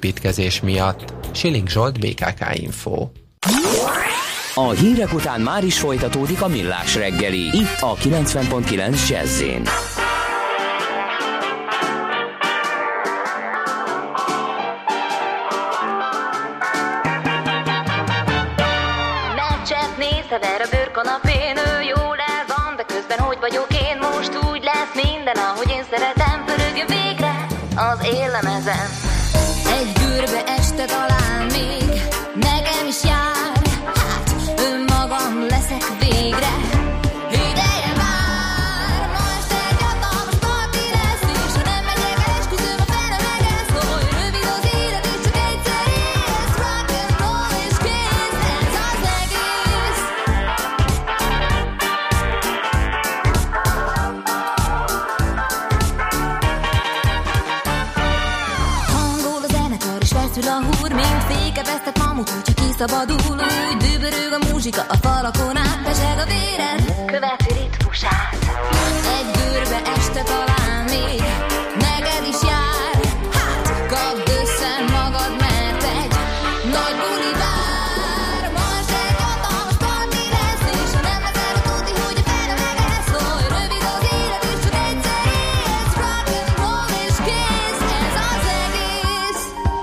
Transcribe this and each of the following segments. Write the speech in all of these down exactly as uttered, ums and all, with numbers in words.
építkezés miatt. Siling Zsolt, bé ká ká Info. A hírek után már is folytatódik a Millás reggeli, itt a kilencven pont kilenc Jazz-én. Megcsepp nézhever a bőrkanapén, ő jól el van, de közben hogy vagyok én? Most úgy lesz minden, ahogy én szeretem, pörögjön végre az éllemezen. Egy görbe este talán még nekem is jár, hát önmagam leszek végre. Ideje már, ma este egy hatalmas parti lesz, és ha nem megyek el, esküszöm a fene megesz, hogy rövid az élet, és csak egyszer élsz, rock and roll és kész, ez az egész. Hangol a zenekar és feszül a húr, mint fékevesztett mamut, hogyha kiszabadul, úgy dübörög a muzsika a falakon át, peseg a véred, követi ritmusát. Egy görbe este talán még neked is jár, hát kapd össze magad, mert egy nagy buli vár. Ma este egy hatalmas parti lesz, és ha nem leszel a tuti, hogy a fene megesz, hogy rövid az élet, és csak egyszer élsz, rock and roll és kész, ez az egész.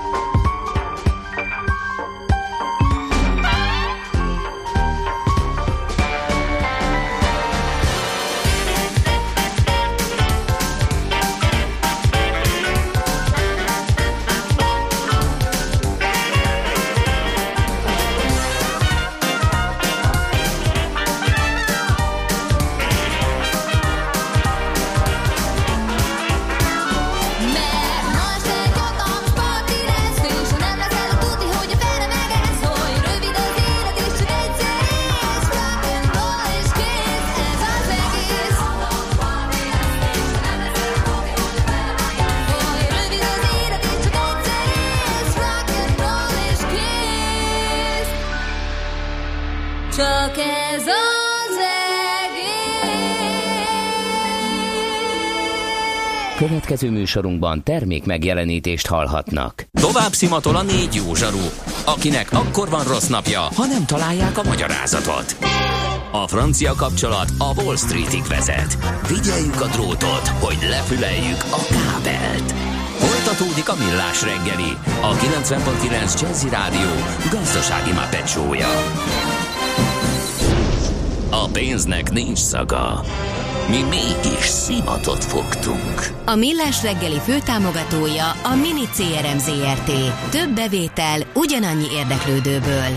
Mert ma este egy hatalmas parti lesz, és ha nem leszel a tuti, hogy a fene megesz, hogy rövid az élet, és csak egyszer élsz, rock and roll és kész, ez az egész. Hogy rövid az élet, és csak egyszer élsz, rock and roll és kész. Csak ez az egész. Következő műsorunkban termék megjelenítést hallhatnak. Tovább szimatol a négy jó zsaru, akinek akkor van rossz napja, ha nem találják a magyarázatot. A francia kapcsolat a Wall Streetig vezet. Figyeljük a drótot, hogy lefüleljük a kábelt. Folytatódik a Millás reggeli, a kilencven pont kilenc Jazzy Rádió gazdasági Muppet show-ja. A pénznek nincs szaga. Mi mégis szimatot fogtunk. A Millás reggeli főtámogatója a Mini cé er em zé er té. Több bevétel ugyanannyi érdeklődőből.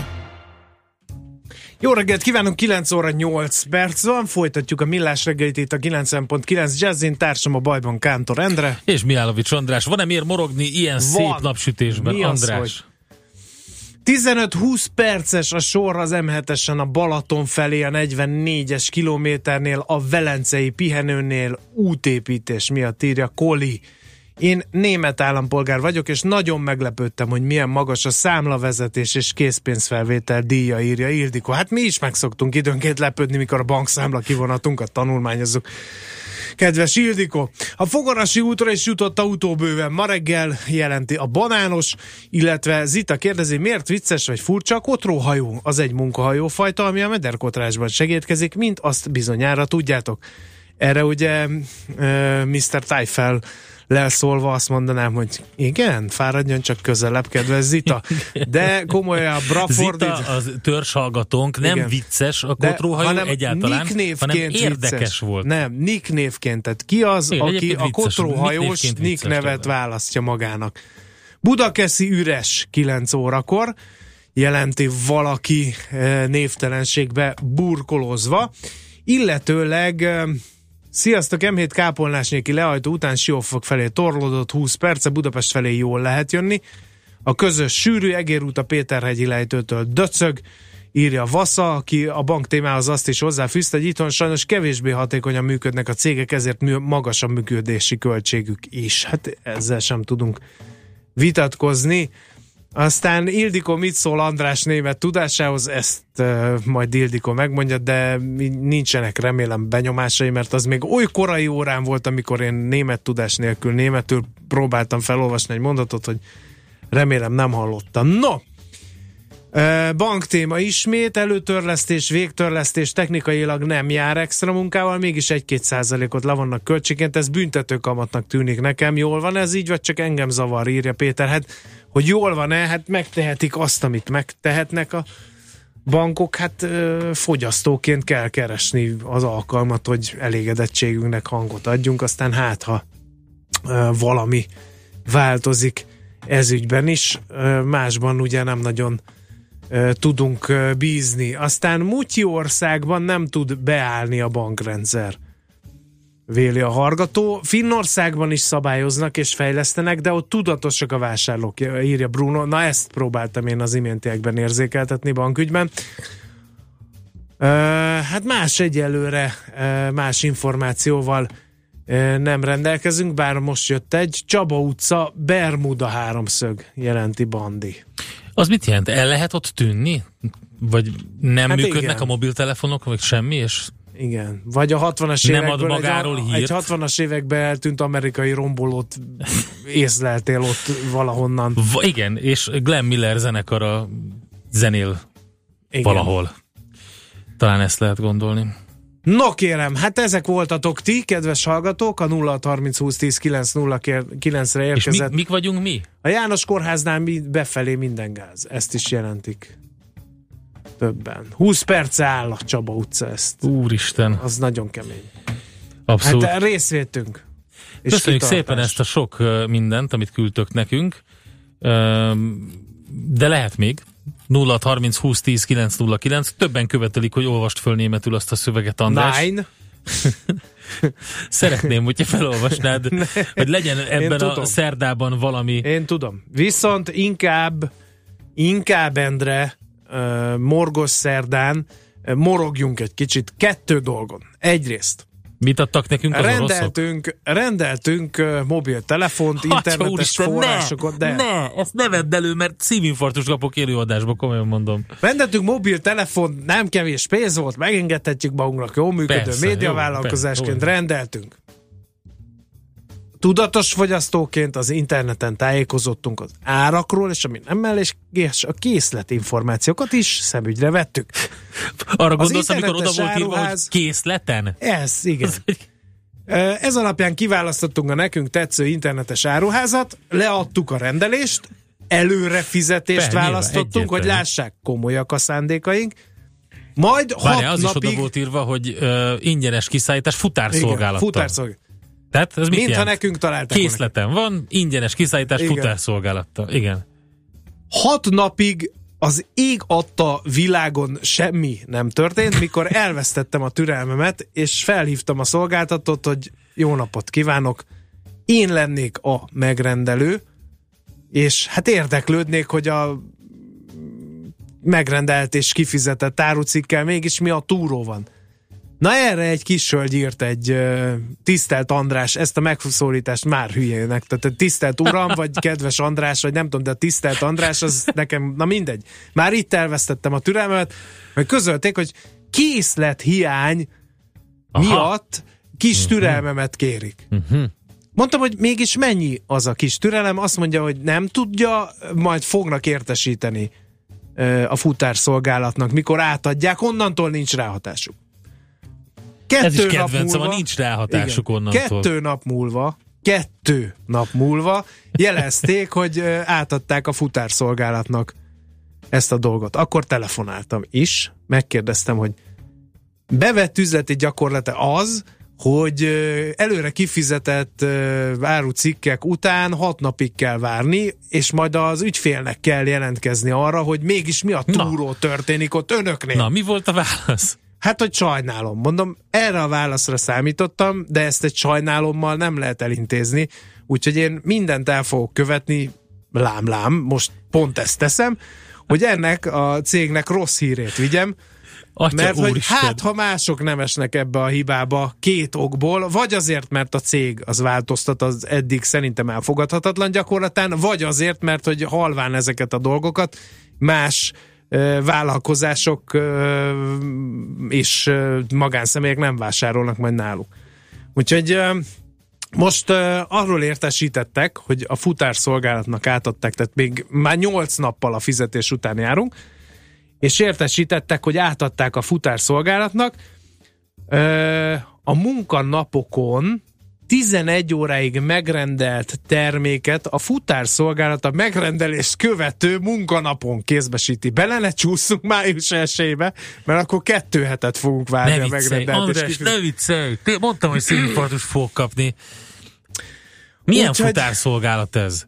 Jó reggelt kívánunk, kilenc óra nyolc perc van, folytatjuk a Millás reggelit itt a kilencven pont kilenc Jazzin, társam a bajban Kántor Endre. És Mihálovics András. Van-e miért morogni ilyen Van. szép napsütésben, Mi az, András? hogy tizenöt-húsz perces a sor az em hetesen a Balaton felé, a negyvennégyes kilométernél, a velencei pihenőnél útépítés miatt, írja Koli. Én német állampolgár vagyok, és nagyon meglepődtem, hogy milyen magas a számlavezetés és készpénzfelvétel díja, írja Ildikó. Hát mi is megszoktunk időnként lepődni, mikor a bankszámla kivonatunkat tanulmányozzuk. Kedves Ildikó, a Fogarasi útra is jutott autóbőven ma reggel, jelenti a banános, illetve Zita kérdezi, miért vicces vagy furcsa a kotróhajó? Az egy munkahajófajta, ami a mederkotrásban segítkezik, mint azt bizonyára tudjátok. Erre ugye uh, miszter Tyfel leszólva azt mondanám, hogy igen, fáradjon csak közelebb, kedves Zita. De komolyan a Brafordid... Zita, az törzshallgatónk, nem igen. vicces a kotróhajó egyáltalán, hanem érdekes vicces. volt. Nem, Nick névként. Tehát ki az, igen, aki a kotróhajós Nick, Nick nevet tőle. választja magának? Budakeszi üres kilenc órakor, jelenti valaki névtelenségbe burkolozva, illetőleg... Sziasztok, em hét Kápolnásnéki lehajtó után Siófok felé torlódott húsz perce, Budapest felé jól lehet jönni. A közös sűrű Egér út a Péterhegyi lejtőtől döcög, írja Vasza, aki a bank témához azt is hozzáfűzte, hogy itthon sajnos kevésbé hatékonyan működnek a cégek, ezért magas a működési költségük is. Hát ezzel sem tudunk vitatkozni. Aztán Ildikó mit szól András német tudásához, ezt uh, majd Ildikó megmondja, de nincsenek remélem benyomásai, mert az még oly korai órán volt, amikor én német tudás nélkül németül próbáltam felolvasni egy mondatot, hogy Remélem nem hallottam. No! Banktéma ismét, előtörlesztés, végtörlesztés technikailag nem jár extra munkával, mégis egy-két százalékot le vannak költségként, ez büntető kamatnak tűnik nekem. Jól van ez így, vagy csak engem zavar, írja Péter. Hát, hogy jól van-e, hát megtehetik azt, amit megtehetnek a bankok, hát ö, fogyasztóként kell keresni az alkalmat, hogy elégedettségünknek hangot adjunk, aztán hát, ha ö, valami változik ez ügyben is, ö, másban ugye nem nagyon ö, tudunk ö, bízni. Aztán Mutyiországban nem tud beállni a bankrendszer, véli a hallgató. Finnországban is szabályoznak és fejlesztenek, de ott tudatosak a vásárlók, írja Bruno. Na, ezt próbáltam én az iméntiekben érzékeltetni bankügyben. Uh, hát más egyelőre, uh, más információval uh, nem rendelkezünk, bár most jött egy. Csaba utca, Bermuda háromszög, jelenti Bandi. Az mit jelent? El lehet ott tűnni? Vagy nem hát működnek igen. a mobiltelefonok, vagy semmi, és igen. Vagy a hatvanas évekből magáról egy, hírt. egy hatvanas években eltűnt amerikai rombolót észleltél ott valahonnan. V- igen, és Glenn Miller zenekara zenél igen. valahol. Talán ezt lehet gondolni. No kérem, hát ezek voltatok ti, kedves hallgatók, a nulla hat harminc húsz tíz kilenc nulla kilencre érkezett. És mi, mik vagyunk mi? A János Kórháznál mi befelé minden gáz. Ezt is jelentik. Többen. húsz perce áll a Csaba utca ezt. Úristen. Az nagyon kemény. Abszolút. Hát részvétünk. És köszönjük kitartás. szépen ezt a sok mindent, amit küldtök nekünk. De lehet még. nulla hat harminc húsz tíz kilenc nulla kilenc. Többen követelik, hogy olvast föl németül azt a szöveget, András. Nine. Szeretném, hogyha felolvasnád, ne, hogy legyen ebben a szerdában valami. Én tudom. Viszont inkább inkább Endre uh, morgos szerdán uh, morogjunk egy kicsit kettő dolgon. Egyrészt mit adtak nekünk az rendeltünk, oroszok? Rendeltünk uh, mobiltelefont, Atya internetes úristen, forrásokat, ne, de... Ne, ezt ne vedd elő, mert szívinfarktus kapok élőadásba, komolyan mondom. Rendeltünk mobiltelefont, nem kevés pénz volt, megengedhetjük magunknak, jól működő persze, médiavállalkozásként jó, persze, rendeltünk. Tudatos fogyasztóként az interneten tájékozottunk az árakról, és ami nem mellékes, a készletinformációkat is szemügyre vettük. Arra gondolsz, amikor oda volt írva, hogy készleten? Ez, igen. Ez alapján kiválasztottunk a nekünk tetsző internetes áruházat, leadtuk a rendelést, előre fizetést Be, választottunk, hogy lássák, komolyak a szándékaink. Majd Várj, hat az napig... is oda volt írva, hogy uh, ingyenes kiszállítás futárszolgálattal. Futárszolgálat. Tehát ez mit Mintha jelent? nekünk találták. Készleten van, ingyenes kiszállítás futárszolgálattal. Igen. Hat napig az ég adta világon semmi nem történt, mikor elvesztettem a türelmemet, és felhívtam a szolgáltatót, hogy jó napot kívánok, én lennék a megrendelő, és hát érdeklődnék, hogy a megrendelt és kifizetett árucikkel mégis mi a túró van. Na erre egy kis hölgy írt egy uh, tisztelt András, ezt a megszólítást már hülyének, tehát tisztelt uram, vagy kedves András, vagy nem tudom, de a tisztelt András, az nekem, na mindegy. Már itt elvesztettem a türelmet, hogy közölték, hogy készlethiány miatt kis uh-huh. türelmemet kérik. Uh-huh. Mondtam, hogy mégis mennyi az a kis türelem, azt mondja, hogy nem tudja, majd fognak értesíteni uh, a futárszolgálatnak, mikor átadják, onnantól nincs ráhatásuk. Kettő Ez is nap kedvencem, múlva, nincs ráhatásuk igen, onnantól. Kettő nap múlva, kettő nap múlva jelezték, hogy átadták a futárszolgálatnak ezt a dolgot. Akkor telefonáltam is, megkérdeztem, hogy bevett üzleti gyakorlata az, hogy előre kifizetett árucikkek után hat napig kell várni, és majd az ügyfélnek kell jelentkezni arra, hogy mégis mi a túró Na. történik ott önöknél. Na, mi volt a válasz? Hát, hogy sajnálom. Mondom, erre a válaszra számítottam, de ezt egy sajnálommal nem lehet elintézni, úgyhogy én mindent el fogok követni, lám-lám, most pont ezt teszem, hogy ennek a cégnek rossz hírét vigyem, Atya mert hogy hát, ha mások nem esnek ebbe a hibába két okból, vagy azért, mert a cég az változtat az eddig szerintem elfogadhatatlan gyakorlatán, vagy azért, mert hogy halván ezeket a dolgokat más vállalkozások és magánszemélyek nem vásárolnak majd náluk. Úgyhogy Most uh, arról értesítettek, hogy a futárszolgálatnak átadták, tehát még már nyolc nappal a fizetés után járunk, és értesítettek, hogy átadták a futárszolgálatnak. Uh, a munkanapokon tizenegy óráig megrendelt terméket a futárszolgálat a megrendelést követő munkanapon kézbesíti. Bele ne csúszunk május elsejébe, mert akkor kettő hetet fogunk várni ne a megrendelt. András, kifizet... ne viccelj! Mondtam, hogy színinfarktus fog kapni. Milyen Úgy, futárszolgálat ez?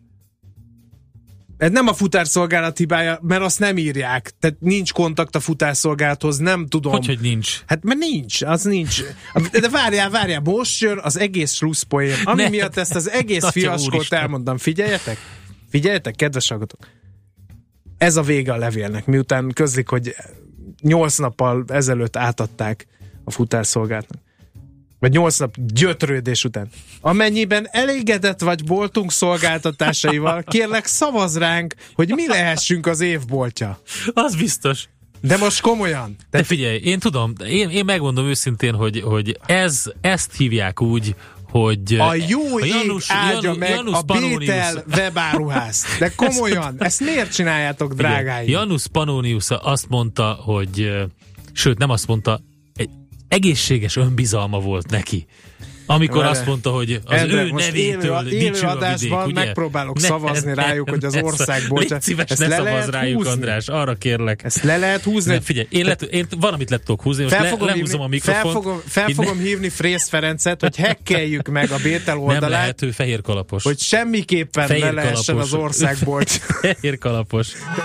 Ez nem a futárszolgálat hibája, mert azt nem írják. Tehát nincs kontakt a futárszolgálathoz, nem tudom. Hogy, hogy nincs? Hát mert nincs, az nincs. De várjál, várjál, most jön az egész slusszpoén, ami ne. miatt ezt az egész fiaskót elmondom. Figyeljetek, figyeljetek, kedves hallgatók. Ez a vége a levélnek, miután közlik, hogy nyolc nappal ezelőtt átadták a futárszolgálatnak. Vagy nyolc nap gyötrődés után. Amennyiben elégedett vagy boltunk szolgáltatásaival, kérlek szavazz ránk, hogy mi lehessünk az évboltja. Az biztos. De most komolyan. De, De figyelj, én tudom, én, én megmondom őszintén, hogy, hogy ez, ezt hívják úgy, hogy a jó a ég Janus, áldja Janus, meg Janus a Bétel webáruházt. De komolyan, ezt miért csináljátok, drágáim? Janus Pannonius azt mondta, hogy sőt, nem azt mondta, egy egészséges önbizalma volt neki. Amikor Vele. azt mondta, hogy az Endre, ő nevétől dicső a vidék, ugye? Megpróbálok ne, szavazni ne, rájuk, ne, hogy az országból... Légy szíves, ne szavazz rájuk, húzni. András, arra kérlek. Ezt le lehet húzni? Ne, figyelj, én, let, én valamit le tudok húzni, most le, lehúzom hívni, a mikrofont. Fel fogom, fel fogom ne... hívni Frész Ferencet, hogy hekkeljük meg a Bétel oldalát. Nem lehet, ő fehér kalapos. Hogy semmiképpen fehér ne lehessen az országból. Fehér kalapos.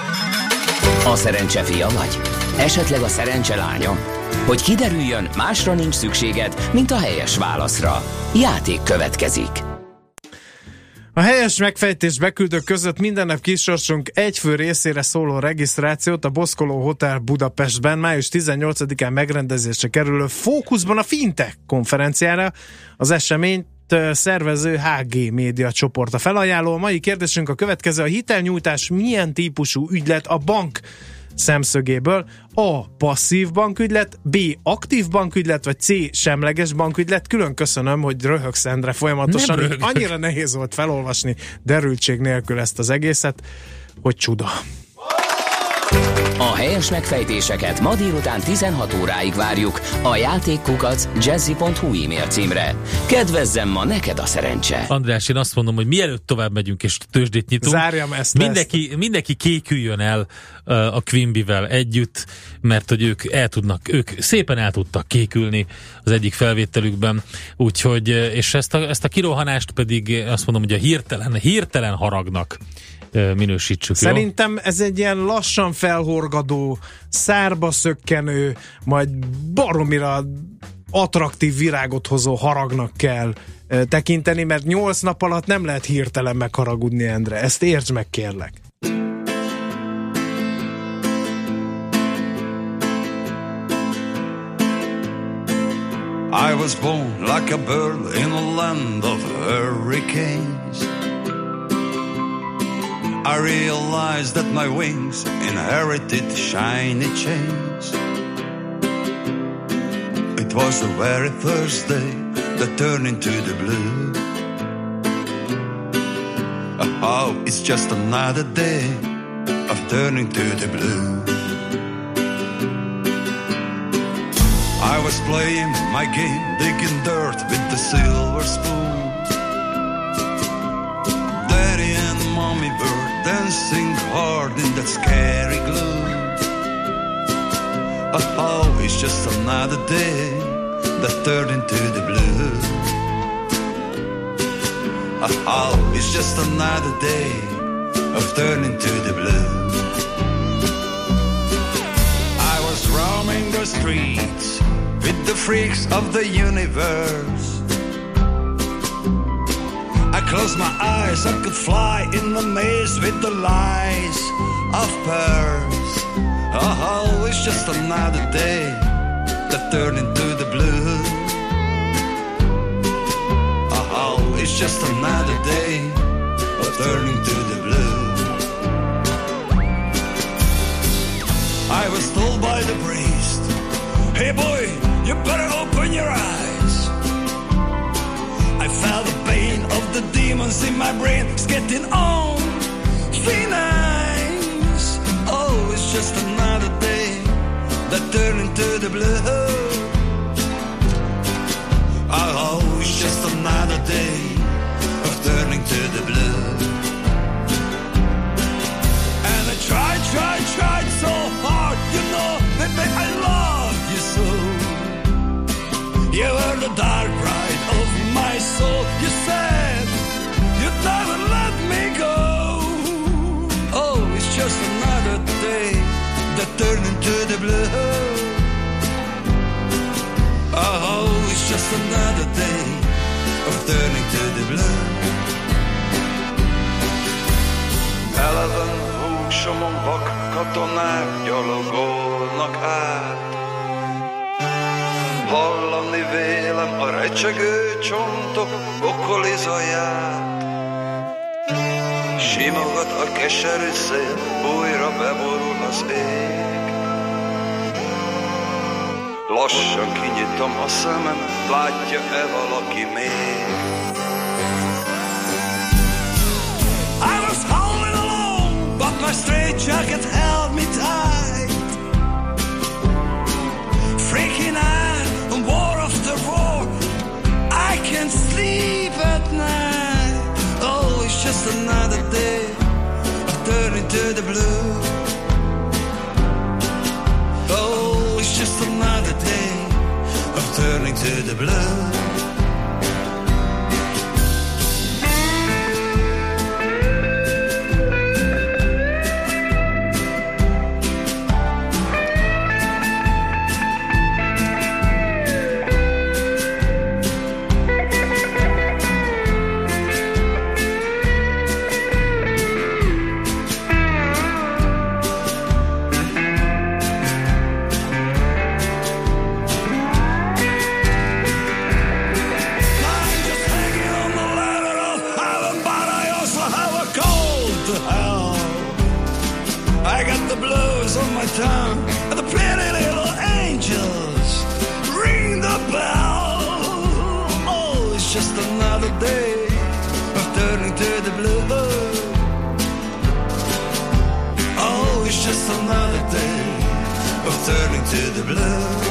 A szerencse fia vagy? Esetleg a szerencse lánya? Hogy kiderüljön, másra nincs szükséged, mint a helyes válaszra. Játék következik. A helyes megfejtés beküldők között minden nap kisorsunk egy fő részére szóló regisztrációt a Boszkoló Hotel Budapestben május tizennyolcadikán megrendezésre kerülő Fókuszban a Fintech konferenciára. Az eseményt szervező há gé Média csoport a felajánló. A mai kérdésünk a következő: a hitelnyújtás milyen típusú ügylet a bank szemszögéből? A. passzív bankügylet, B. aktív bankügylet, vagy C. semleges bankügylet? Külön köszönöm, hogy röhögsz, Endre, folyamatosan. Annyira nehéz volt felolvasni derültség nélkül ezt az egészet, hogy csuda. A helyes megfejtéseket ma délután tizenhat óráig várjuk a játékkukac jazzy pont hu e-mail címre. Kedvezzem ma neked a szerencse. András, én azt mondom, hogy mielőtt tovább megyünk és tőzsdét nyitunk, zárjam ezt, mindenki, ezt. mindenki kéküljön el uh, a Quimbyvel együtt, mert hogy ők el tudnak, ők szépen el tudtak kékülni az egyik felvételükben, úgyhogy, és ezt a, ezt a kirohanást pedig azt mondom, hogy a hirtelen, hirtelen haragnak minősítsük. Szerintem jó? Ez egy ilyen lassan felhorgadó, szárba szökkenő, majd baromira attraktív virágot hozó haragnak kell e, tekinteni, mert nyolc nap alatt nem lehet hirtelen megharagudni, Endre. Ezt értsd meg, kérlek. I was born like a bird in a land of hurricanes. I realized that my wings inherited shiny chains. It was the very first day that turned into the blue. Oh, it's just another day of turning to the blue. I was playing my game, digging dirt with the silver spoon. Daddy and mommy were dancing hard in that scary gloom. Oh, it's just another day that turned into the blue. Oh, it's just another day of turning to the blue. I was roaming the streets with the freaks of the universe. I closed my eyes, I could fly in the maze with the lies of pearls. Oh, it's just another day that turned into the blue. Oh, it's just another day of turning to the blue. I was told by the priest, hey boy, you better open your eyes. I felt the pain of the demons in my brain. It's getting on thin ice. Oh, it's just another day that turned into the blue. Oh, it's just another day of turning to the blue. And I tried, tried, tried so hard, you know, baby, I love you so. You were the dark ride of my soul. You said you'd never let me go. Oh, it's just another day that turned into the blue. Oh, it's just another day of turning to the blue. Eleven húsomon vak katonák gyalogolnak át. Hallani vélem a recsegő csontok okolizaját. Simogat a keserű szél, újra beborul az ég. Lassan kinyitom a szemem, látja-e valaki még? I was howling alone, but my straitjacket held me tight. Freaking out on war after war, I can't sleep at night. Oh, it's just another day of turning to the blue. Oh, it's just another day of turning to the blue. Tongue, and the pretty little angels ring the bell. Oh, it's just another day of turning to the blue. Oh, it's just another day of turning to the blue.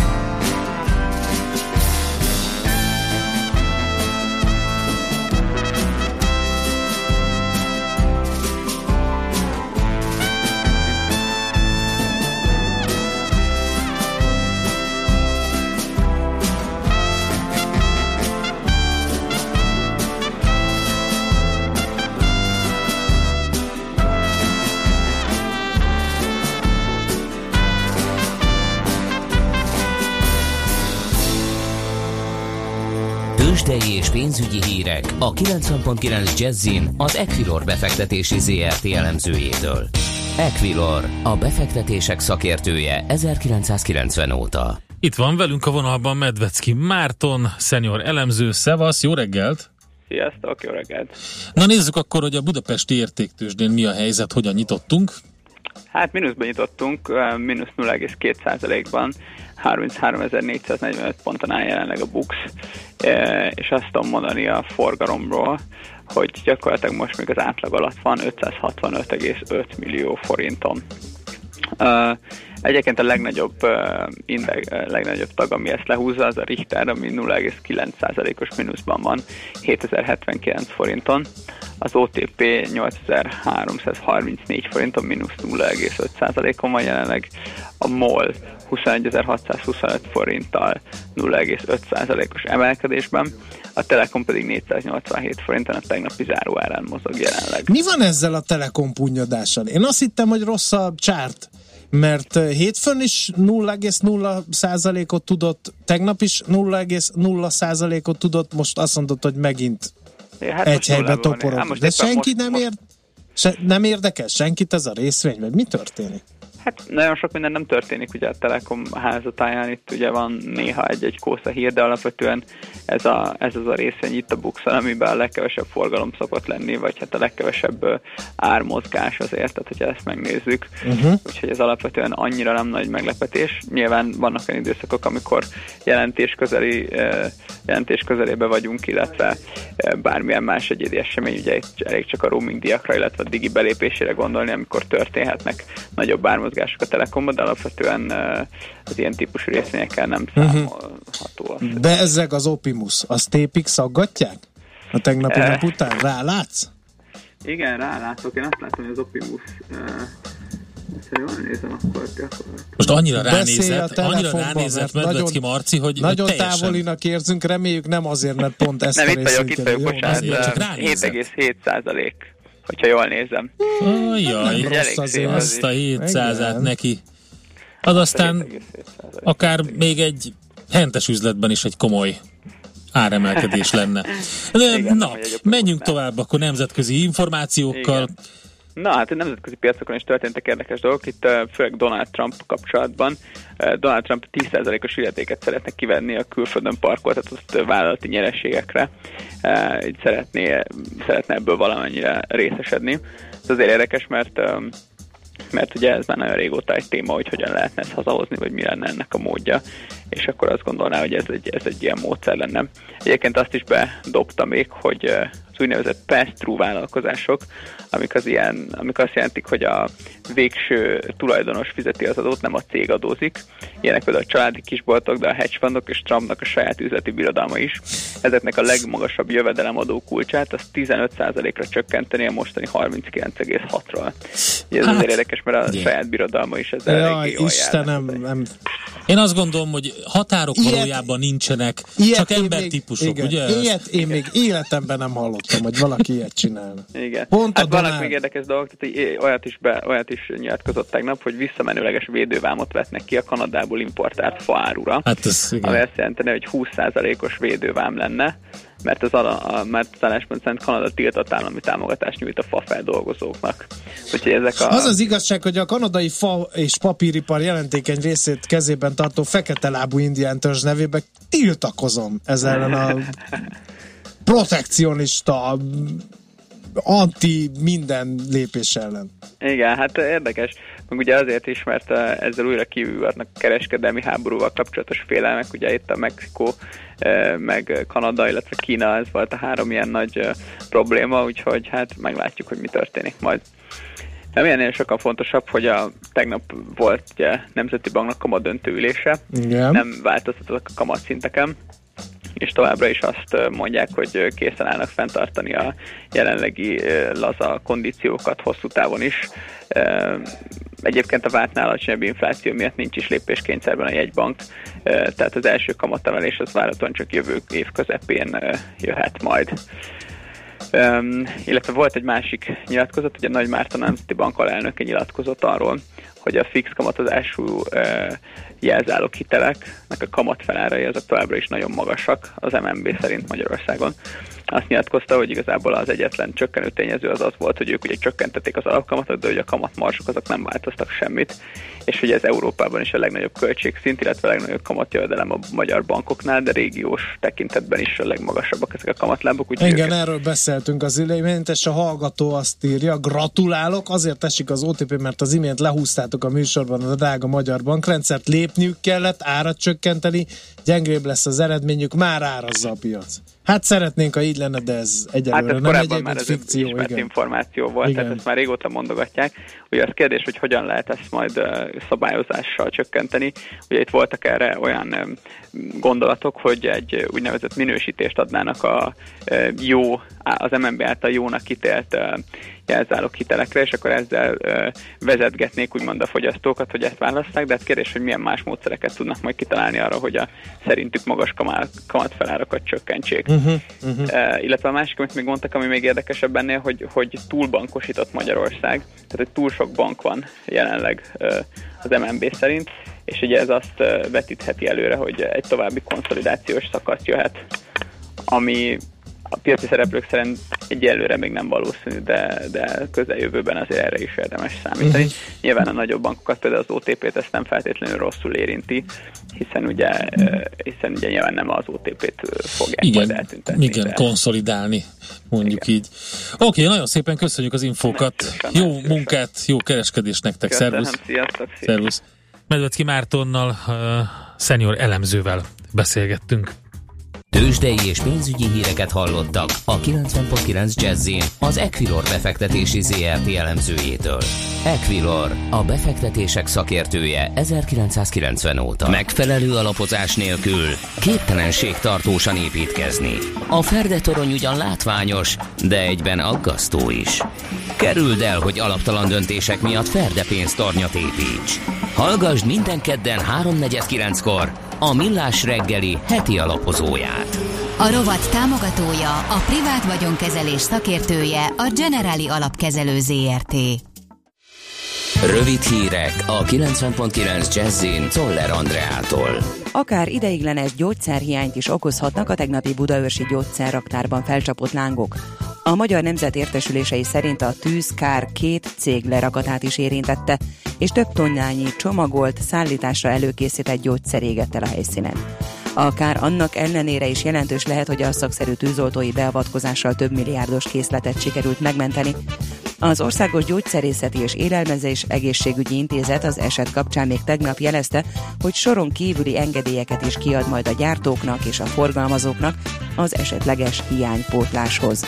Tőzsdei és pénzügyi hírek a kilencven pont kilenc Jazzin az Equilor befektetési zé er té elemzőjétől. Equilor, a befektetések szakértője ezerkilencszázkilencven óta. Itt van velünk a vonalban Medvecki Márton, szenior elemző. Szevasz, jó reggelt! Sziasztok, jó reggelt! Na nézzük akkor, hogy a budapesti értéktőzsdén mi a helyzet, hogyan nyitottunk? Hát mínuszban nyitottunk, mínusz nulla egész két százalékban, harmincháromezer-négyszáznegyvenöt ponton áll jelenleg a BUX, és azt tudom mondani a forgalomról, hogy gyakorlatilag most még az átlag alatt van ötszázhatvanöt egész öt millió forinton. Egyébként a legnagyobb, uh, index, uh, legnagyobb tag, ami ezt lehúzza, az a Richter, ami nulla egész kilenc százalékos mínuszban van, hétezer-hetvenkilenc forinton. Az o té pé nyolcezer-háromszázharmincnégy forinton, mínusz nulla egész öt százalékon van jelenleg. A MOL huszonegyezer-hatszázhuszonöt forinttal nulla egész öt százalékos emelkedésben, a Telekom pedig négyszáznyolcvanhét forinton a tegnapi záróárán mozog jelenleg. Mi van ezzel a Telekom punnyadással? Én azt hittem, hogy rossz a csárt, mert hétfőn is nulla egész nulla százalékot tudott, tegnap is nulla egész nulla százalékot tudott, most azt mondod, hogy megint hát egy helyben toporog. De senki most, nem, ér, se, nem érdekes senkit ez a részvény, vagy mi történik? Hát nagyon sok minden nem történik ugye a Telekom házatáján, itt ugye van néha egy-egy kósza hír, de alapvetően ez, a, ez az a részvény itt a Buxon, amiben a legkevesebb forgalom szokott lenni, vagy hát a legkevesebb ármozgás azért, tehát hogyha ezt megnézzük. Uh-huh. Úgyhogy ez alapvetően annyira nem nagy meglepetés. Nyilván vannak olyan időszakok, amikor jelentés közeli, jelentés közelébe vagyunk, illetve bármilyen más egyédi esemény, ugye itt elég csak a roaming díjakra, illetve a digi belépésére gondolni, amikor történhetnek nagyobb ármozgások a Telekomban, de alapvetően az ilyen típusú részvényekkel nem számolható. Uh-huh. Bezzeg az Optimus, azt tépik, szaggatják? A tegnapi eh. nap után? Rálátsz? Igen, rálátok. Én azt látom, hogy az Optimus szerintem nézem akkor most annyira ránézett, annyira ránézett Medvecki Marci, hogy nagyon teljesen... távolinak érzünk, reméljük nem azért, mert pont ezt nem, a itt vagyok, itt vagyok, bocsánat, hét egész hét százalék, hogyha jól nézem. Oh, jaj, rossz azért. Azt a hétszázat neki. Az aztán akár még egy hentes üzletben is egy komoly áremelkedés lenne. De, igen, na, menjünk tovább akkor nemzetközi információkkal. Igen. Na, hát a nemzetközi piacokon is történtek érdekes dolgok, itt uh, főleg Donald Trump kapcsolatban. Uh, Donald Trump tíz százalékos illetéket szeretne kivenni a külföldön parkoltatott uh, vállalati nyereségekre. Uh, így szeretné, szeretne ebből valamennyire részesedni. Ez azért érdekes, mert um, mert ugye ez már nagyon régóta egy téma, hogy hogyan lehetne ezt hazahozni, vagy mi lenne ennek a módja, és akkor azt gondolná, hogy ez egy, ez egy ilyen módszer lenne. Egyébként azt is bedobta még, hogy az úgynevezett pass-through vállalkozások, amik, az ilyen, amik azt jelentik, hogy a végső tulajdonos fizeti az adót, nem a cég adózik. Ilyenek például a családi kisboltok, de a hedge fundok és Trumpnak a saját üzleti birodalma is. Ezeknek a legmagasabb jövedelemadó kulcsát az tizenöt százalékra csökkenteni a mostani harminckilenc egész hatról. Ez hát, azért érdekes, mert a igen. saját birodalma is ezzel ja, eléggé jól Istenem, nem. Én azt gondolom, hogy határok ilyet, valójában nincsenek, csak embertípusok, még, ugye? Ilyet én még életemben nem hallottam, hogy valaki ilyet csinálna. Igen. Pont hát vannak még érdekes dolgok, tehát olyat is, be, olyat is nyilatkozott tegnap, hogy visszamenőleges védővámot vetnek ki a Kanadából importált faárura. Hát ez, igen. Ami azt jelenteni, hogy húsz százalékos védővám lenne, mert az, a, a, mert az álláspont szerint Kanada tiltott állami támogatást nyújt a fafeldolgozóknak. Úgyhogy ezek a... Az az igazság, hogy a kanadai fa és papíripar jelentékeny részét kezében tartó fekete lábú indián törzs nevében tiltakozom ezzel a protekcionista anti minden lépés ellen. Igen, hát érdekes. Meg ugye azért is, mert ezzel újra kívülhetnek a kereskedelmi háborúval kapcsolatos félelmek. Ugye itt a Mexikó, meg Kanada, illetve Kína, ez volt a három ilyen nagy probléma, úgyhogy hát meglátjuk, hogy mi történik majd. Nem ennél sokkal fontosabb, hogy a tegnap volt ugye Nemzeti Banknak kamatdöntő ülése. Igen. Nem változtatottak a kamatszinteken, és továbbra is azt mondják, hogy készen állnak fenntartani a jelenlegi laza kondíciókat hosszú távon is. Egyébként a vártnál alacsonyabb infláció miatt nincs is lépéskényszerben a jegybank, tehát az első kamatemelés az várhatóan csak jövő év közepén jöhet majd. Um, illetve volt egy másik nyilatkozat, hogy a Nagy Márton Nemzeti Bank alelnöke nyilatkozott arról, hogy a fix kamatozású uh, jelzálók hiteleknek a kamatfelárai azok továbbra is nagyon magasak az em en bé szerint Magyarországon. Azt nyilatkozta, hogy igazából az egyetlen csökkenő tényező az az volt, hogy ők ugye csökkentették az alapkamatot, de hogy a kamatmarzsok azok nem változtak semmit, és hogy ez Európában is a legnagyobb költségszint, illetve a legnagyobb kamatjövedelem a magyar bankoknál, de régiós tekintetben is a legmagasabbak ezek a kamatlábok. Igen, őket... erről beszéltünk az imént, és a hallgató azt írja, gratulálok, azért esik az o té pé, mert az imént lehúztátok a műsorban a drága magyar bankrendszert, lépniük kellett, árat csökkenteni, gyengébb lesz az eredményük, már árazza a piac. Hát szeretnénk, ha így lenne, de ez egyelőre hát ez nem egy, már egy fikció. Ismert igen. információ volt, igen. Tehát ezt már régóta mondogatják. Ugye az kérdés, hogy hogyan lehet ezt majd uh, szabályozással csökkenteni. Ugye itt voltak erre olyan um, gondolatok, hogy egy úgynevezett minősítést adnának a uh, jó, az em en bé által jónak kitélt uh, jelzálók hitelekre, és akkor ezzel uh, vezetgetnék úgymond a fogyasztókat, hogy ezt válasszák, de hát kérdés, hogy milyen más módszereket tudnak majd kitalálni arra, hogy a szerintük magas kamatfelárakat csökkentsék. Uh-huh, uh-huh. Uh, illetve a másik, amit még mondtak, ami még érdekesebb ennél, hogy, hogy túlbankosított Magyarország, tehát hogy túl sok bank van jelenleg uh, az em en bé szerint, és ugye ez azt uh, vetítheti előre, hogy egy további konszolidációs szakasz jöhet, ami a piaci szereplők szerint egyelőre még nem valószínű, de, de közeljövőben azért erre is érdemes számítani. Uh-huh. Nyilván a nagyobb bankokat, például az o té pét ezt nem feltétlenül rosszul érinti, hiszen ugye, hiszen ugye nyilván nem az o té pét fogják igen, majd eltüntetni. Igen, de... konszolidálni, mondjuk igen. így. Oké, okay, nagyon szépen köszönjük az infókat. Szívesen, jó szívesen. Munkát, jó kereskedést nektek. Köszönöm, szervusz. Sziasztok. Szervusz. Medvecki Mártonnal, uh, senior elemzővel beszélgettünk. Tőzsdei és pénzügyi híreket hallottak a kilencven pont kilenc Jazzin az Equilor befektetési zé er té elemzőjétől. Equilor, a befektetések szakértője ezerkilencszázkilencven óta. Megfelelő alapozás nélkül képtelenség tartósan építkezni. A Ferdetorony ugyan látványos, de egyben aggasztó is. Kerüld el, hogy alaptalan döntések miatt Ferde pénztornyot építs. Hallgassd minden kedden háromnegyed kilenckor a Millás reggeli heti alapozóját. A rovat támogatója, a privát vagyonkezelés szakértője, a Generali Alapkezelő zé er té. Rövid hírek a kilencven pont kilenc Jazzin Czoller Andreától. Akár ideiglenes gyógyszerhiányt is okozhatnak a tegnapi budaörsi gyógyszerraktárban felcsapott lángok. A Magyar Nemzet értesülései szerint a tűzkár két cég lerakatát is érintette, és több tonnányi csomagolt, szállításra előkészített gyógyszer égett el a helyszínen. A kár annak ellenére is jelentős lehet, hogy a szakszerű tűzoltói beavatkozással több milliárdos készletet sikerült megmenteni. Az Országos Gyógyszerészeti és Élelmezés Egészségügyi Intézet az eset kapcsán még tegnap jelezte, hogy soron kívüli engedélyeket is kiad majd a gyártóknak és a forgalmazóknak az esetleges hiánypótláshoz.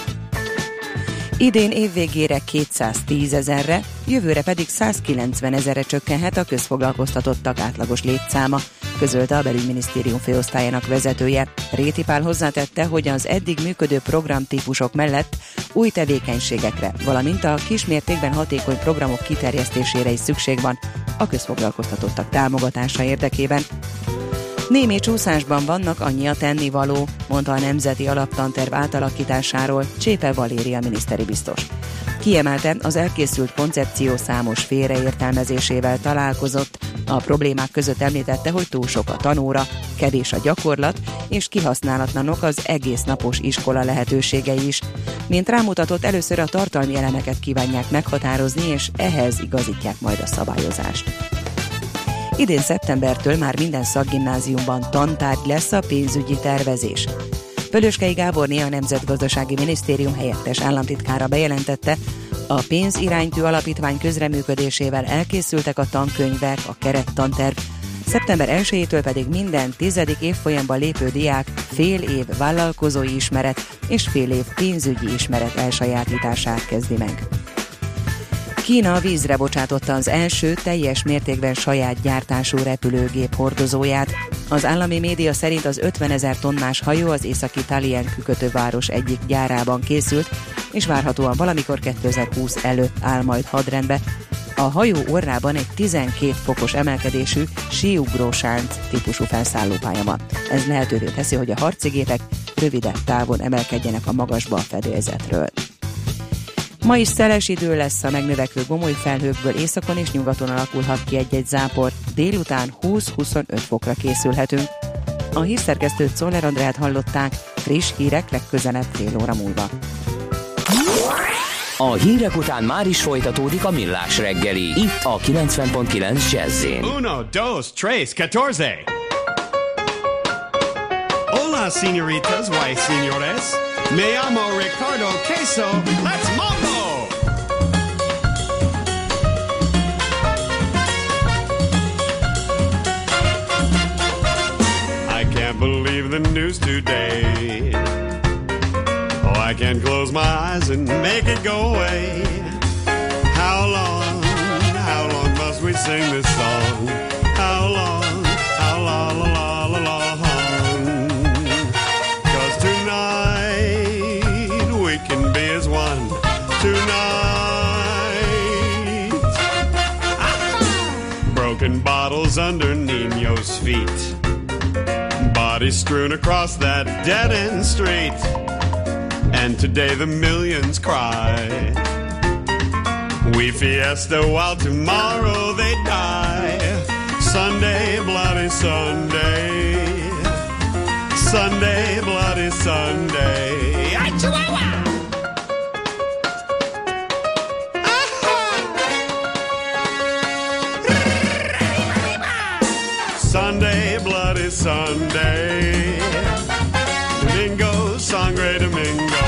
Idén évvégére kétszáztízezerre, jövőre pedig százkilencvenezerre csökkenhet a közfoglalkoztatottak átlagos létszáma, közölte a Belügyminisztérium főosztályának vezetője. Réti Pál hozzátette, hogy az eddig működő programtípusok mellett új tevékenységekre, valamint a kismértékben hatékony programok kiterjesztésére is szükség van a közfoglalkoztatottak támogatása érdekében. Némi csúszásban vannak, annyi a tennivaló, mondta a Nemzeti Alaptanterv átalakításáról Csépe Valéria miniszteri biztos. Kiemelte, az elkészült koncepció számos félreértelmezésével találkozott. A problémák között említette, hogy túl sok a tanóra, kevés a gyakorlat, és kihasználatlanok az egész napos iskola lehetőségei is. Mint rámutatott, először a tartalmi elemeket kívánják meghatározni, és ehhez igazítják majd a szabályozást. Idén szeptembertől már minden szakgimnáziumban tantárgy lesz a pénzügyi tervezés. Vöröskei Gáborné, a Nemzetgazdasági Minisztérium helyettes államtitkára bejelentette, a pénziránytű alapítvány közreműködésével elkészültek a tankönyvek, a kerettanterv, szeptember elsejétől pedig minden tizedik évfolyamban lépő diák fél év vállalkozói ismeret és fél év pénzügyi ismeret elsajátítását kezdi meg. Kína vízre bocsátotta az első teljes mértékben saját gyártású repülőgép hordozóját. Az állami média szerint az ötvenezer tonnás hajó az északi Dalian kikötőváros egyik gyárában készült, és várhatóan valamikor kétezer-húsz előtt áll majd hadrendbe. A hajó orrában egy tizenkét fokos emelkedésű síugrósánc típusú felszállópálya van. Ez lehetővé teszi, hogy a harci gépek rövidebb távon emelkedjenek a magasba a fedélzetről. Ma is szeles idő lesz, a megnövekvő gomoly felhőkből északon és nyugaton alakulhat ki egy-egy zápor. Délután húsz-huszonöt fokra készülhetünk. A hírszerkesztőt, Czoller Andreát hallották, friss hírek legközelebb fél óra múlva. A hírek után már is folytatódik a Millás reggeli, itt a kilencven pont kilenc Jazzin. Uno, dos, tres, catorce. Hola, señoritas, why, señores? Me llamo Ricardo Queso. Let's mambo! I can't believe the news today. Oh, I can't close my eyes and make it go away. How long, how long must we sing this song? How long, how long, la, la, la, la, long? 'Cause tonight we can be as one. Tonight, ah! Broken bottles under Nino's feet, bodies strewn across that dead-end street. And today the millions cry. We fiesta while tomorrow they die. Sunday, bloody Sunday. Sunday, bloody Sunday. Sunday, bloody Sunday. Domingo, sangre Domingo.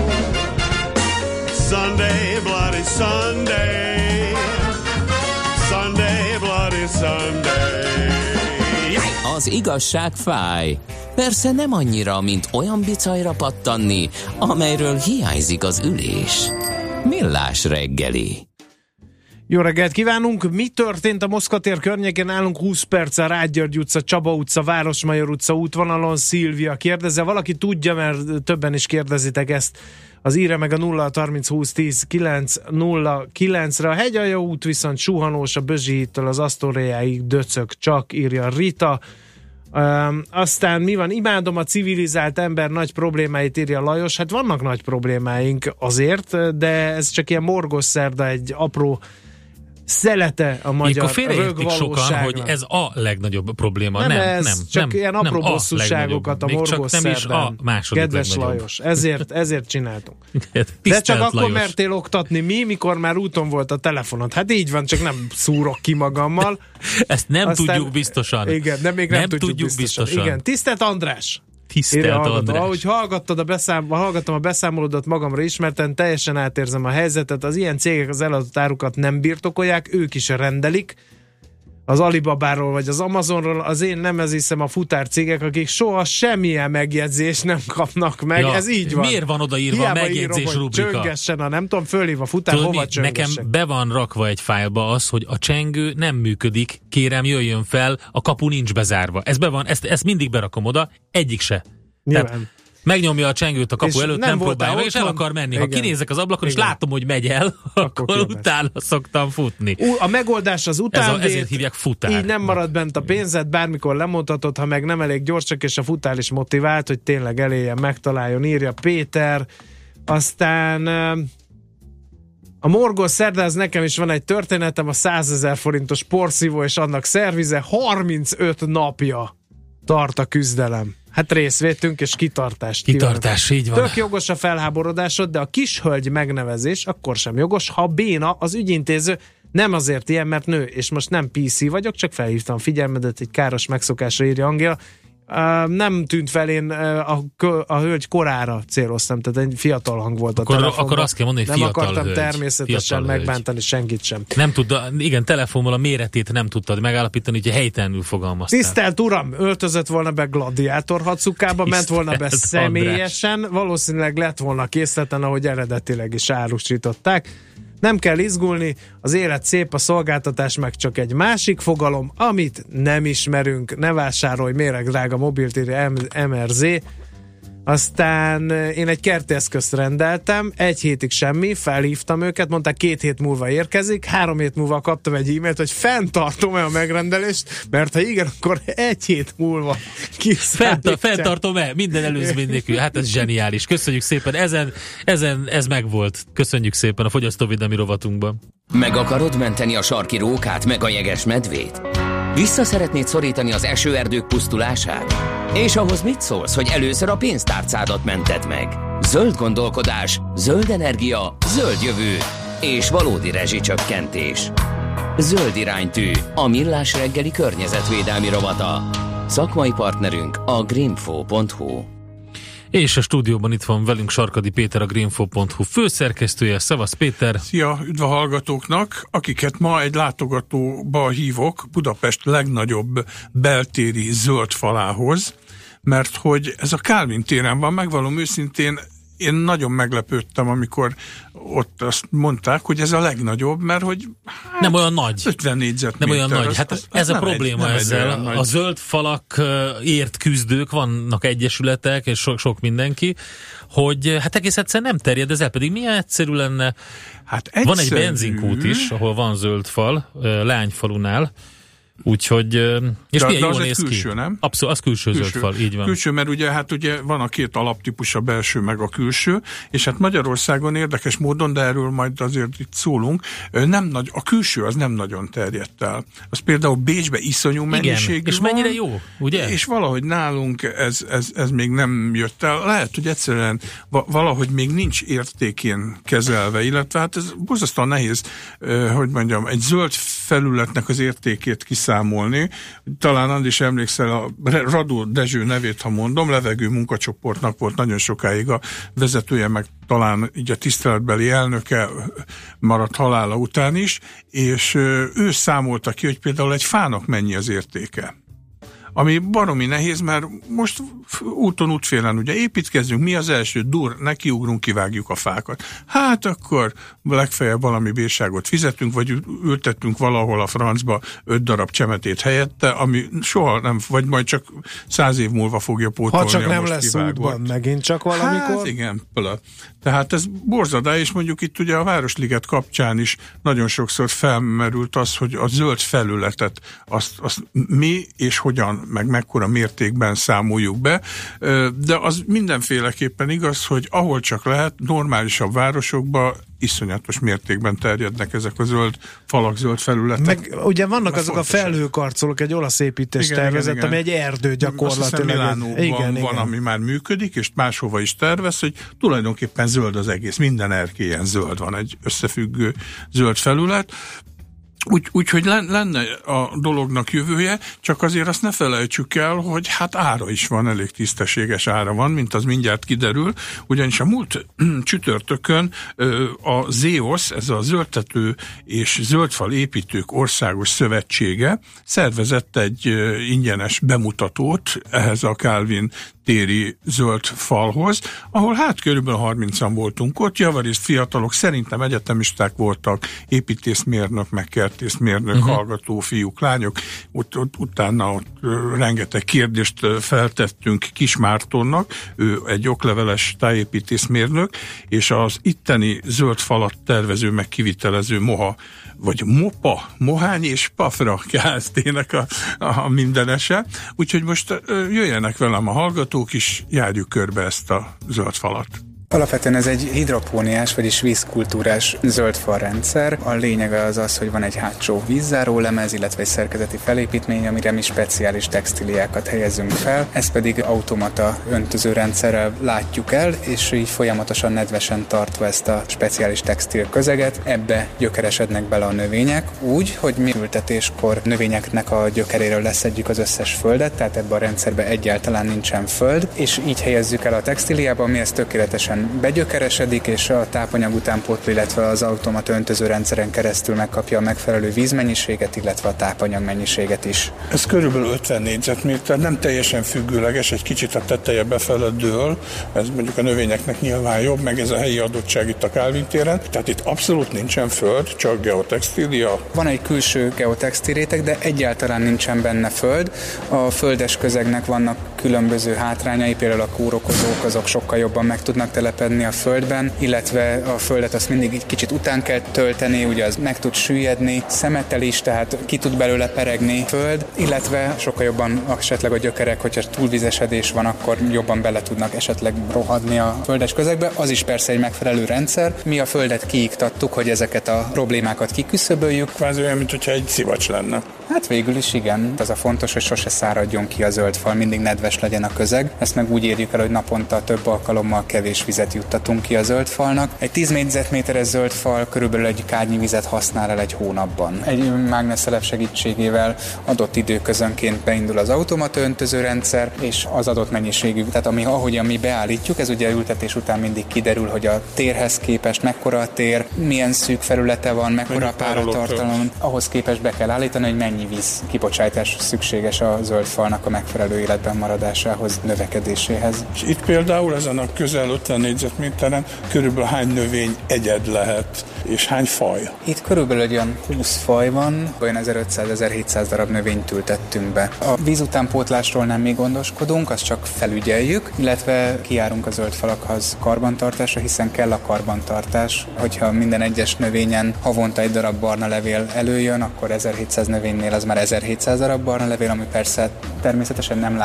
Sunday, bloody Sunday. Sunday, bloody Sunday. Az igazság fáj. Persze nem annyira, mint olyan bicajra pattanni, amelyről hiányzik az ülés. Millás reggeli. Jó reggelt kívánunk! Mi történt a Moszkva tér környékén? Állunk húsz perccel, Rád György utca, Csaba utca, Városmajor utca útvonalon. Szilvia kérdezze. Valaki tudja, mert többen is kérdezitek ezt. Az írja meg a nulla harminc húsz tíz kilenc nulla kilencre. A Hegyalja út viszont suhanós, a Bözsi hídtől az Asztóriáig döcög csak, írja Rita. Um, aztán mi van? Imádom a civilizált ember nagy problémáit, írja Lajos. Hát vannak nagy problémáink azért, de ez csak ilyen morgos szerda, egy apró szelete a magyar rögvalóságnak. Sokan, hogy ez a legnagyobb probléma. Nem, nem, ez, nem csak nem, ilyen apró nem bosszúságokat a, a morgos nem is a második Kedves legnagyobb. Lajos, ezért, ezért csináltunk. De csak akkor Lajos. mertél oktatni mi, mikor már úton volt a telefonod. Hát így van, csak nem szúrok ki magammal. Ezt nem Aztán, tudjuk biztosan. Igen, de még nem, nem tudjuk, tudjuk biztosan. biztosan. Igen, tisztelt András! Tisztelt András. Ahogy hallgattad a beszám, hallgattam a beszámolódat, magamra ismerten, teljesen átérzem a helyzetet. Az ilyen cégek az eladott árukat nem birtokolják, ők is rendelik. Az Alibabáról vagy az Amazonról, az én nem ez hiszem a futárcégek, akik soha semmilyen megjegyzést nem kapnak meg. Ja, ez így van. Miért van odaírva hiába a megjegyzés írom, rubrika? Csöngessen, a nem tudom, fölhív a futár, Tudod, hova mi? csöngessek? Nekem be van rakva egy fájlba az, hogy a csengő nem működik, kérem jöjjön fel, a kapu nincs bezárva. Ez be van, ezt, ezt mindig berakom oda, egyik se. Tehát megnyomja a csengőt a kapu és előtt, nem, nem próbálja meg, és el akar menni. Igen. Ha kinézek az ablakon, igen, és látom, hogy megy el, akkor, akkor utána szoktam futni. U, a megoldás az utánvét. Ez a, ezért hívják futár. Így nem marad bent a pénzed, bármikor lemondhatod, ha meg nem elég gyorsak, és a futár is motivált, hogy tényleg eléljen, megtaláljon, írja Péter. Aztán a morgos szerda, ez nekem is van egy történetem, a százezer forintos porszívó és annak szervize, harmincöt napja tart a küzdelem. Hát részvétünk és kitartást. Kitartás, így van. Tök jogos a felháborodásod, de a kishölgy megnevezés akkor sem jogos, ha béna az ügyintéző. Nem azért ilyen, mert nő, és most nem pé cé vagyok, csak felhívtam figyelmedet egy káros megszokásra, írja Angéla. Uh, nem tűnt fel, én uh, a, a hölgy korára céloztam, tehát egy fiatal hang volt a akkor, telefonban. Akkor azt kell mondani, hogy nem fiatal akartam hölgy, természetesen fiatal megbántani hölgy. Senkit sem. Nem tudta, igen, telefonból a méretét nem tudtad megállapítani, hogy helytelenül fogalmaztál. Tisztelt uram, öltözött volna be gladiátor hacukába, ment volna be személyesen, András. Valószínűleg lett volna készleten, ahogy eredetileg is árusították. Nem kell izgulni, az élet szép, a szolgáltatás meg csak egy másik fogalom, amit nem ismerünk. Ne vásárolj méregdrága mobilt, írja em er zé. Aztán én egy kerti eszközt rendeltem, egy hétig semmi, felhívtam őket, mondták két hét múlva érkezik, három hét múlva kaptam egy e-mailt, hogy fenntartom-e a megrendelést, mert ha igen, akkor egy hét múlva kiszállítják. Fenntartom-e? Minden előzmény nélkül. Hát ez zseniális. Köszönjük szépen. Ezen, ezen ez megvolt. Köszönjük szépen a fogyasztóvédelmi rovatunkban. Meg akarod menteni a sarki rókát, meg a jeges medvét? Vissza szeretnéd szorítani az esőerdők pusztulását? És ahhoz mit szólsz, hogy először a pénztárcádat mented meg? Zöld gondolkodás, zöld energia, zöld jövő és valódi rezsicsökkentés. Zöld iránytű, a Millás reggeli környezetvédelmi rovata. Szakmai partnerünk a greenfo pont hu. És a stúdióban itt van velünk Sarkadi Péter, a greenfo pont hu főszerkesztője. Szevasz Péter! Szia, üdv a hallgatóknak, akiket ma egy látogatóba hívok Budapest legnagyobb beltéri zöld falához, mert hogy ez a Kálvin téren van, megvallom őszintén, én nagyon meglepődtem, amikor ott azt mondták, hogy ez a legnagyobb, mert hogy hát nem olyan nagy. ötven négyzetméter. Nem olyan nagy. Az, hát az, ez az a probléma egy, ezzel. A zöld falakért küzdők, vannak egyesületek, és sok, sok mindenki, hogy hát egész egyszer nem terjed ez el, pedig milyen egyszerű lenne. Hát egyszerű. Van egy benzinkút is, ahol van zöld fal, Leányfalunál, úgyhogy, és de, milyen de jól az néz ki. Külső, nem? Abszolút, az külső, külső zöld fal, így van. Külső, mert ugye hát ugye van a két alaptípus, a belső meg a külső, és hát Magyarországon érdekes módon, de erről majd azért itt szólunk, nem nagy, a külső az nem nagyon terjedt el. Az például Bécsbe iszonyú mennyiségű és van, mennyire jó, ugye? És valahogy nálunk ez, ez, ez még nem jött el. Lehet, hogy egyszerűen valahogy még nincs értékén kezelve, illetve hát ez borzasztóan nehéz, hogy mondjam, egy zöld felületnek az értékét kiszámolni. Talán Andis emlékszel, a Radó Dezső nevét, ha mondom, levegő munkacsoportnak volt nagyon sokáig a vezetője, meg talán így a tiszteletbeli elnöke maradt halála után is, és ő számolta ki, hogy például egy fának mennyi az értéke. Ami baromi nehéz, mert most úton útfélen ugye építkezünk, mi az első? Dur, nekiugrunk, kivágjuk a fákat. Hát akkor legfeljebb valami bírságot fizetünk, vagy ültettünk valahol a francba öt darab csemetét helyette, ami soha nem, vagy majd csak száz év múlva fogja pótolni. Ha csak a nem most lesz kivágott. útban, megint csak valamikor. Hát igen, pala. Tehát ez borzadás, és mondjuk itt ugye a Városliget kapcsán is nagyon sokszor felmerült az, hogy a zöld felületet azt, azt mi és hogyan, meg mekkora mértékben számoljuk be, de az mindenféleképpen igaz, hogy ahol csak lehet, normálisabb városokban iszonyatos mértékben terjednek ezek a zöld falak, zöld felületek. Meg ugye vannak Na, azok fontosak. a felhőkarcolók, egy olasz építés Igen, tervezett, igen, ami igen. egy erdő gyakorlatilag. Azt hiszem Milánóban igen, van, igen. ami már működik, és máshova is tervez, hogy tulajdonképpen zöld az egész. Minden erkélyen zöld van, egy összefüggő zöld felület. Úgy, úgyhogy lenne a dolognak jövője, csak azért azt ne felejtsük el, hogy hát ára is van, elég tisztességes ára van, mint az mindjárt kiderül, ugyanis a múlt csütörtökön a zéosz, ez a Zöldtető és Zöldfal Építők Országos Szövetsége szervezett egy ingyenes bemutatót ehhez a Kálvin téri zöld falhoz, ahol hát körülbelül harmincan voltunk ott, javarészt fiatalok, szerintem egyetemisták voltak, építészmérnök, meg kertészmérnök, uh-huh. hallgató fiúk, lányok, ott, ott, utána ott rengeteg kérdést feltettünk Kis Mártonnak, ő egy okleveles tájépítészmérnök, és az itteni zöld falat tervező, meg kivitelező Moha, vagy Mopa, Mohány és Pafra Kft-nek a, a mindenese. Úgyhogy most jöjjenek velem a hallgatók is, járjuk körbe ezt a zöld falat. Alapvetően ez egy hidropóniás, vagyis vízkultúrás zöldfalrendszer. A lényege az az, hogy van egy hátsó vízzáró lemez, illetve egy szerkezeti felépítmény, amire mi speciális textíliákat helyezünk fel. Ezt pedig automata öntözőrendszerrel látjuk el, és így folyamatosan nedvesen tartva ezt a speciális textil közeget, ebbe gyökeresednek bele a növények, úgy, hogy mi ültetéskor növényeknek a gyökeréről leszedjük az összes földet, tehát ebben a rendszerben egyáltalán nincsen föld, és így helyezzük el a textíliába, ami ez tökéletesen begyökeresedik, és a tápanyag utánpótló, illetve az automat öntöző rendszeren keresztül megkapja a megfelelő vízmennyiséget, illetve a tápanyag mennyiséget is. Ez körülbelül ötven négyzetméter, nem teljesen függőleges, egy kicsit a teteje befele dől, ez mondjuk a növényeknek nyilván jobb, meg ez a helyi adottság itt a Kálvin téren, tehát itt abszolút nincsen föld, csak geotextília. Van egy külső geotextil réteg, de egyáltalán nincsen benne föld. A földes közegnek vannak különböző hátrányai, például a kórokozók, azok sokkal jobban meg tudnak telepedni a földben, illetve a földet azt mindig egy kicsit után kell tölteni, ugye az meg tud süllyedni, szemetel is, tehát ki tud belőle peregni föld, illetve sokkal jobban esetleg a gyökerek, hogyha túlvizesedés van, akkor jobban bele tudnak esetleg rohadni a földes közegbe. Az is persze egy megfelelő rendszer. Mi a földet kiiktattuk, hogy ezeket a problémákat kiküszöböljük. Kvázi olyan, mint hogyha egy szivacs lenne. Hát végül is igen. Az a fontos, hogy sose száradjon ki a zöld fal, mindig nedves legyen a közeg. Ezt meg úgy érjük el, hogy naponta több alkalommal kevés vizet juttatunk ki a zöld falnak. Egy tíz négyzetméteres zöld fal körülbelül egy kárnyi vizet használ el egy hónapban. Egy mágneszelep segítségével adott időközönként beindul az automata öntözőrendszer, és az adott mennyiségű, tehát ami, ahogyan mi beállítjuk, ez ugye ültetés után mindig kiderül, hogy a térhez képest mekkora a tér, milyen szűk felülete van, mekkora a páratartalom, ahhoz képest be kell állítani, hogy mennyi víz kibocsátás szükséges a zöld falnak a megfelelő életben maradásához, növekedéséhez. És itt például ezen a közel ötven négyzetméteren körülbelül hány növény egyed lehet, és hány faj? Itt körülbelül egy olyan húsz faj van, olyan ezerötszáz-ezerhétszáz darab növényt ültettünk be. A víz utánpótlásról nem mi gondoskodunk, azt csak felügyeljük, illetve kijárunk a zöld falakhoz karbantartásra, hiszen kell a karbantartás. Hogyha minden egyes növényen havonta egy darab barna levél előjön, akkor ezerhétszáz növénynél az már ezerhétszáz darab barna levél, ami persze természetesen nem látszik előre.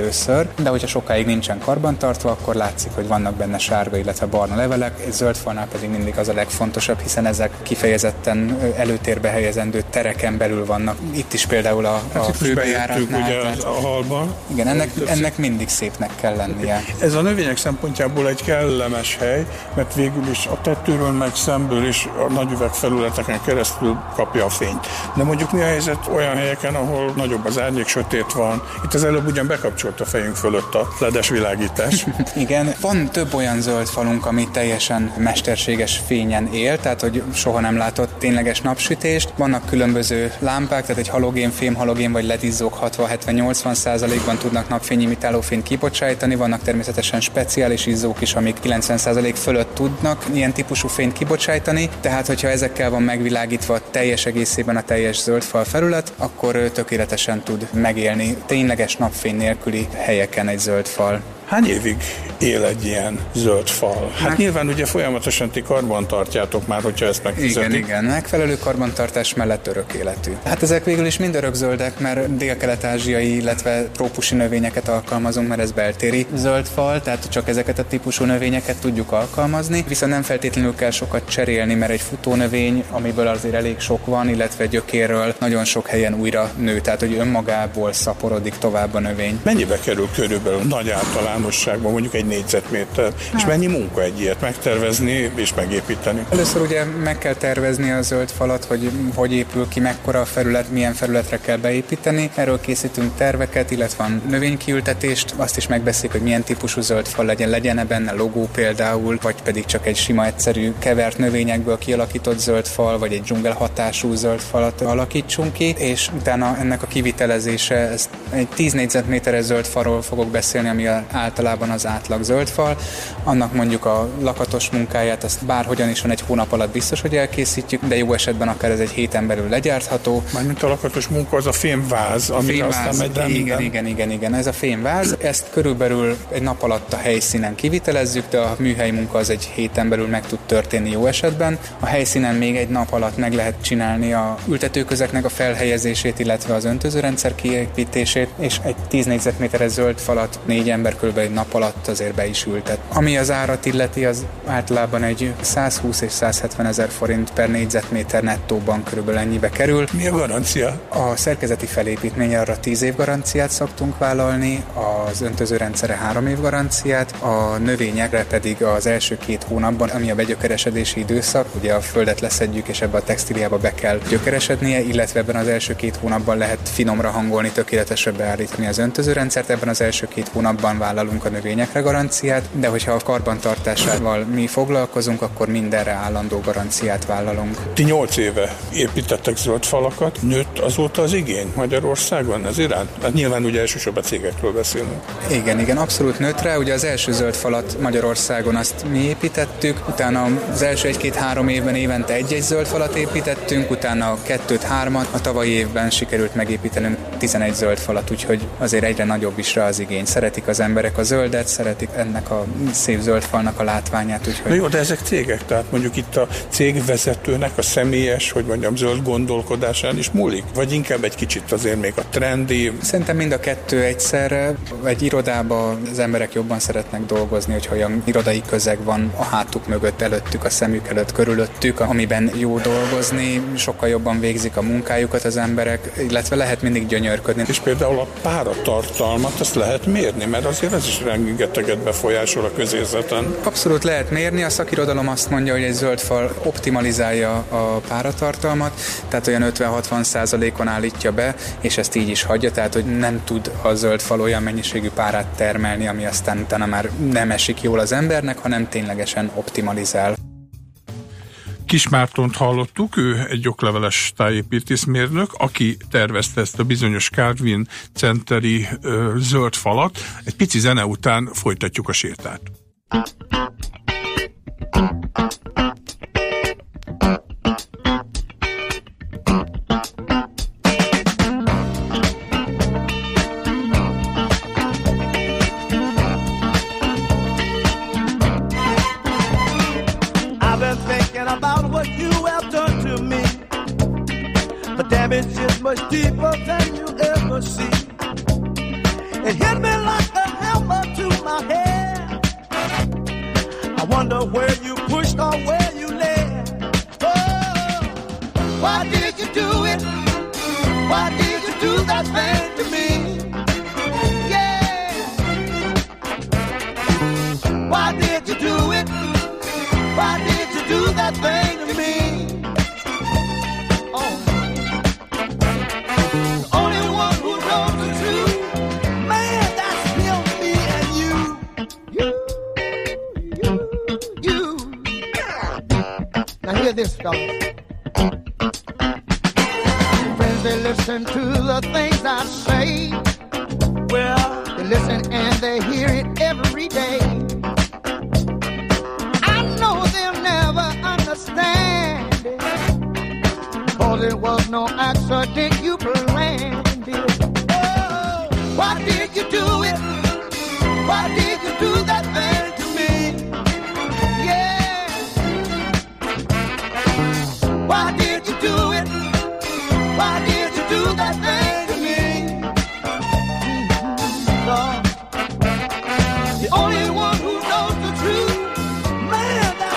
először, de hogyha sokáig nincsen karbantartva, akkor látszik, hogy vannak benne sárga, illetve barna levelek, egy zöld falnál pedig mindig az a legfontosabb, hiszen ezek kifejezetten előtérbe helyezendő tereken belül vannak. Itt is például a, a főbejáratnál. Tehát, a halban. Igen, ennek, ennek mindig szépnek kell lennie. Ez a növények szempontjából egy kellemes hely, mert végül is a tetőről meg szemből is a nagy üvegfelületeken keresztül kapja a fényt. De mondjuk mi a helyzet olyan helyeken, ahol nagyobb az árnyék, sötét van. Itt az előbb ugyan bekapcsolt a fejünk fölött a ledes világítás. Igen, van több olyan zöld falunk, ami teljesen mesterséges fényen él, tehát hogy soha nem látott tényleges napsütést. Vannak különböző lámpák, tehát egy halogénfém, halogén vagy ledizzók hatvan-hetven-nyolcvan százalékban tudnak napfényimitáló fényt kibocsájtani, vannak természetesen speciális izzók is, amik kilencven százalék fölött tudnak ilyen típusú fényt kibocsájtani, tehát hogyha ezekkel van megvilágítva teljes egészében a teljes zöldfal felület, akkor tökéletesen tud megélni tényleges napfény nélküli helyeken egy zöldfal. Hány évig él egy ilyen zöld fal? Hát Meg... nyilván ugye folyamatosan ti karban tartjátok már, hogyha ezt megfizetik. Igen, igen. Megfelelő karbantartás mellett örök életű. Hát ezek végül is mind örökzöldek, mert dél-kelet-ázsiai, illetve trópusi növényeket alkalmazunk, mert ez beltéri zöld fal, tehát csak ezeket a típusú növényeket tudjuk alkalmazni. Viszont nem feltétlenül kell sokat cserélni, mert egy futónövény, amiből azért elég sok van, illetve gyökérről nagyon sok helyen újra nő, tehát hogy önmagából szaporodik tovább a növény. Mennyibe kerül körülbelül nagy általán mondjuk egy négyzetméter, hát. És mennyi munka egy ilyet megtervezni és megépíteni? Először ugye meg kell tervezni a zöld falat, hogy hogy épül ki, mekkora a felület, milyen felületre kell beépíteni. Erről készítünk terveket, illetve van növénykiültetést, azt is megbeszéljük, hogy milyen típusú zöld fal legyen, legyen-e benne logó például, vagy pedig csak egy sima, egyszerű kevert növényekből kialakított zöld fal, vagy egy dzsungel hatású zöld falat alakítsunk ki, és utána ennek a kivitelezése, ezt egy tíz négyzetméteres zöld falról fogok beszélni, ami a általában az átlag zöldfal. Annak mondjuk a lakatos munkáját, ezt bárhogyan is van egy hónap alatt biztos, hogy elkészítjük, de jó esetben akár ez egy héten belül legyártható. Mármint a lakatos munka, az a fémváz, ami aztán megy rá igen, igen, igen, igen, ez a fémváz. Ezt körülbelül egy nap alatt a helyszínen kivitelezzük, de a műhelyi munka az egy héten belül meg tud történni jó esetben. A helyszínen még egy nap alatt meg lehet csinálni a ültetőközeknek a felhelyezését, illetve az öntözőrendszer kiépítését, és egy tíz négyzetméteres zöld falat négy ember kb. Egy nap alatt azért be is ültet. Ami az árat illeti, az általában egy százhúsz és százhetven ezer forint per négyzetméter nettóban körülbelül ennyibe kerül. Mi a garancia? A szerkezeti felépítmény arra tíz év garanciát szoktunk vállalni, az öntözőrendszere három év garanciát, a növényekre pedig az első két hónapban, ami a begyökeresedési időszak, ugye a földet leszedjük, és ebbe a textíliába be kell gyökeresednie, illetve ebben az első két hónapban lehet finomra hangolni, tökéletesre beállítani az öntözőrendszert, ebben az első két hónapban vállalunk a növényekre garanciát, de hogyha a karbantartásával mi foglalkozunk, akkor mindenre állandó garanciát vállalunk. Ti nyolc éve építettek zöld falakat, nőtt azóta az igény Magyarországon ez iránt? Hát nyilván ugye elsősorban cégekről beszélünk. Igen, igen, abszolút nőtt rá. Ugye az első zöld falat Magyarországon azt mi építettük, utána az első egy-két-három évben évente egy-egy zöld falat építettünk, utána kettőt-hármat, a tavalyi évben sikerült megépítenünk tizenegy zöld falat, úgyhogy azért egyre nagyobb is rá az igény. Szeretik az emberek a zöldet, szeretik ennek a szép zöld falnak a látványát. Úgyhogy... Na jó, de ezek cégek, tehát mondjuk itt a cégvezetőnek a személyes, hogy mondjam, zöld gondolkodásán is múlik? Vagy inkább egy kicsit azért még a trendi? Szerintem mind a kettő egyszerre. Egy irodában az emberek jobban szeretnek dolgozni, hogyha olyan irodai közeg van a hátuk mögött, előttük, a szemük előtt, körülöttük, amiben jó dolgozni, sokkal jobban végzik a munkájukat az emberek, illetve lehet mindig gyönyörködni. És például a páratartalmat azt lehet mérni, mert azért ez is rengeteget befolyásol a közérzeten. Abszolút lehet mérni, a szakirodalom azt mondja, hogy egy zöld fal optimalizálja a páratartalmat, tehát olyan ötven-hatvan százalékon állítja be, és ezt így is hagyja, tehát hogy nem tud a zöld fal olyan mennyiségű párát termelni, ami aztán utána már nem esik jól az embernek, hanem ténylegesen optimalizál. Kis Mártont hallottuk, ő egy okleveles tájépítészmérnök, aki tervezte ezt a bizonyos Calvin Centeri ö, zöld falat. Egy pici zene után folytatjuk a sétát. Damage is much deeper than you ever see. It hit me like a hammer to my head. I wonder where you pushed or where you led. Oh, why did you do it? Why did you do that thing to me? Yeah. Why did you do it? Why did you do that thing to me? Oh, the only one who knows the truth, man, that's him, me, and you. You, you, you. Now hear this, fellas. Friends, they listen to the things I say. Well, they listen and they hear it every day. Understand it, 'cause it was no accident, you planned it. Oh, why did you do it? Why did you do that thing to me? Yeah. Why did you do it? Why did you do that thing to me? Mm-hmm. Lord, the only one who knows the truth, man, that's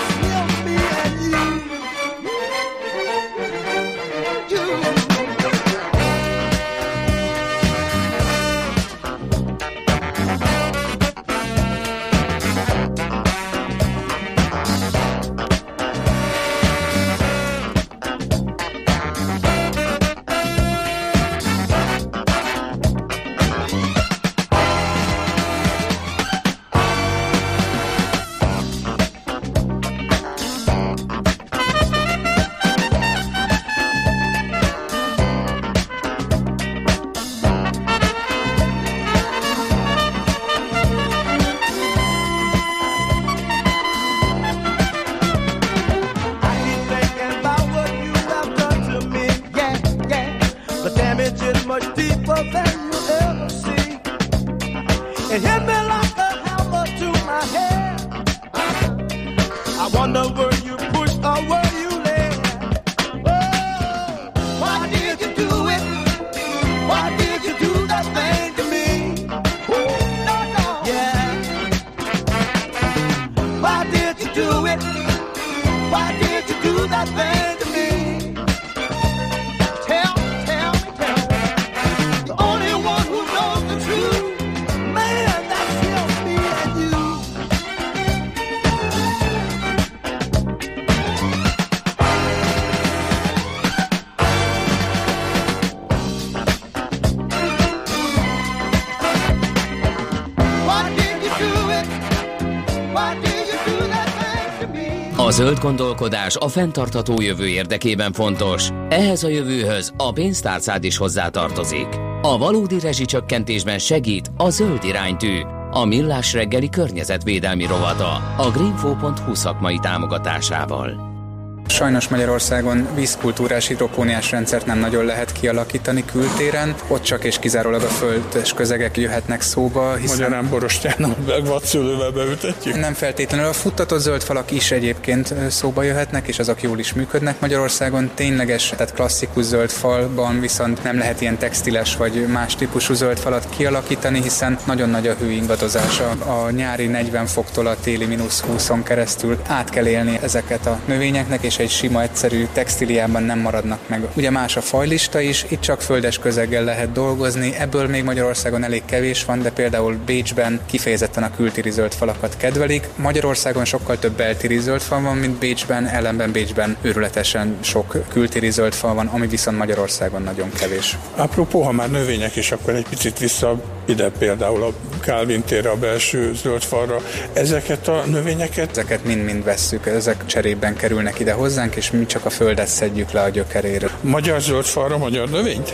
A zöld gondolkodás a fenntartható jövő érdekében fontos. Ehhez a jövőhöz a pénztárcád is hozzátartozik. A valódi rezsicsökkentésben segít a zöld iránytű, a Millás reggeli környezetvédelmi rovata, a greenfo pont hu szakmai támogatásával. Sajnos Magyarországon vízkultúrás hidropóniás rendszert nem nagyon lehet kialakítani kültéren, ott csak és kizárólag a földes közegek jöhetnek szóba, hiszen... Magyarán borostyánnal meg vadszőlővel beültetjük? Nem feltétlenül, a futtatott zöld falak is egyébként szóba jöhetnek, és azok jól is működnek Magyarországon. Tényleges, tehát klasszikus zöld falban viszont nem lehet ilyen textiles vagy más típusú zöld falat kialakítani, hiszen nagyon nagy a hőingadozása. A nyári negyven foktól a téli mínusz húszon keresztül át kell élni ezeket a növényeknek, és egy sima, egyszerű textíliában nem maradnak meg. Ugye más a fajlista is, itt csak földes közeggel lehet dolgozni, ebből még Magyarországon elég kevés van, de például Bécsben kifejezetten a kültéri zöld falakat kedvelik. Magyarországon sokkal több beltéri zöld fal van, mint Bécsben, ellenben Bécsben őrületesen sok kültéri zöld fal van, ami viszont Magyarországon nagyon kevés. Apropó, ha már növények is, akkor egy picit vissza ide például a Kálvin térre, a belső zöld falra. Ezeket a növényeket? Ezeket mind-mind vesszük, ezek cserében kerülnek ide hozzánk, és mi csak a földet szedjük le a gyökeréről. Magyar zöld falra magyar növényt?